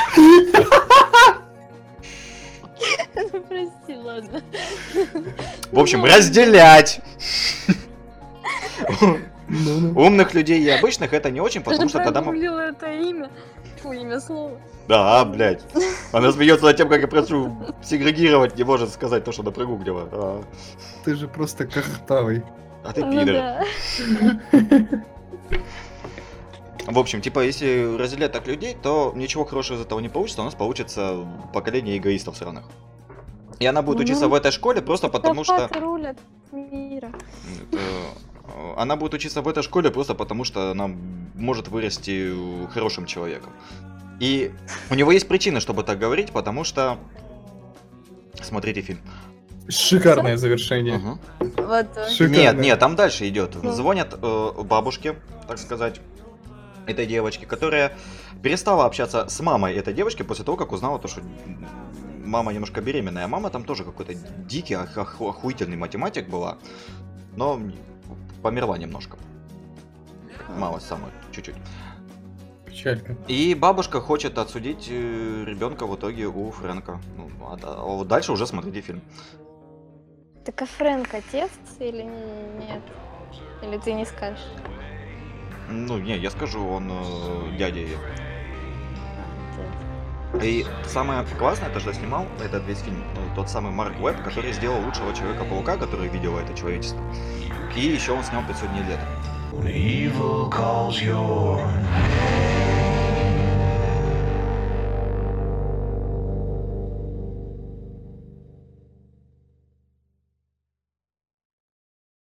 [SPEAKER 4] Прости, ладно.
[SPEAKER 1] В общем, разделять.
[SPEAKER 2] Ну-ну.
[SPEAKER 1] Умных людей и обычных это не очень,
[SPEAKER 4] Ты
[SPEAKER 1] потому
[SPEAKER 4] же
[SPEAKER 1] что тогда мы...
[SPEAKER 4] прогуглила это имя. Фу, имя слова.
[SPEAKER 1] Да, блядь. Она смеется над тем, как я прошу сегрегировать, не может сказать то, что она прогуглила.
[SPEAKER 2] Ты же просто картавый.
[SPEAKER 1] А ты
[SPEAKER 4] Ну
[SPEAKER 1] пидор.
[SPEAKER 4] да.
[SPEAKER 1] В общем, типа, если разделять так людей, то ничего хорошего из этого не получится, у нас получится поколение эгоистов сраных. И она будет учиться
[SPEAKER 4] Ну,
[SPEAKER 1] в этой школе просто потому что...
[SPEAKER 4] Психопаты рулят мира.
[SPEAKER 1] Она будет учиться в этой школе просто потому что она может вырасти хорошим человеком. И у него есть причины, чтобы так говорить, потому что... Смотрите фильм.
[SPEAKER 2] Шикарное завершение.
[SPEAKER 1] Мгм.
[SPEAKER 4] Вот тоже.
[SPEAKER 2] Шикарное.
[SPEAKER 1] Нет, там дальше идет.
[SPEAKER 4] Ну.
[SPEAKER 1] Звонят бабушке, так сказать, этой девочки, которая перестала общаться с мамой этой девочки после того, как узнала то, что мама немножко беременная. А мама там тоже какой-то дикий, охуительный математик была, но померла немножко. Мало самое, чуть-чуть.
[SPEAKER 2] Печалька.
[SPEAKER 1] И бабушка хочет отсудить ребенка в итоге у Фрэнка. Ну, а вот дальше уже смотрите фильм.
[SPEAKER 4] Так а Фрэнк отец или нет? Или ты не скажешь?
[SPEAKER 1] Ну, не, я скажу, он дядя ее.
[SPEAKER 4] Отец.
[SPEAKER 1] И самое классное, то, что снимал этот весь фильм, тот самый Марк Уэбб, который сделал лучшего Человека-паука, который видел это человечество. И еще он снял 500 дней лета.
[SPEAKER 3] When evil calls your name.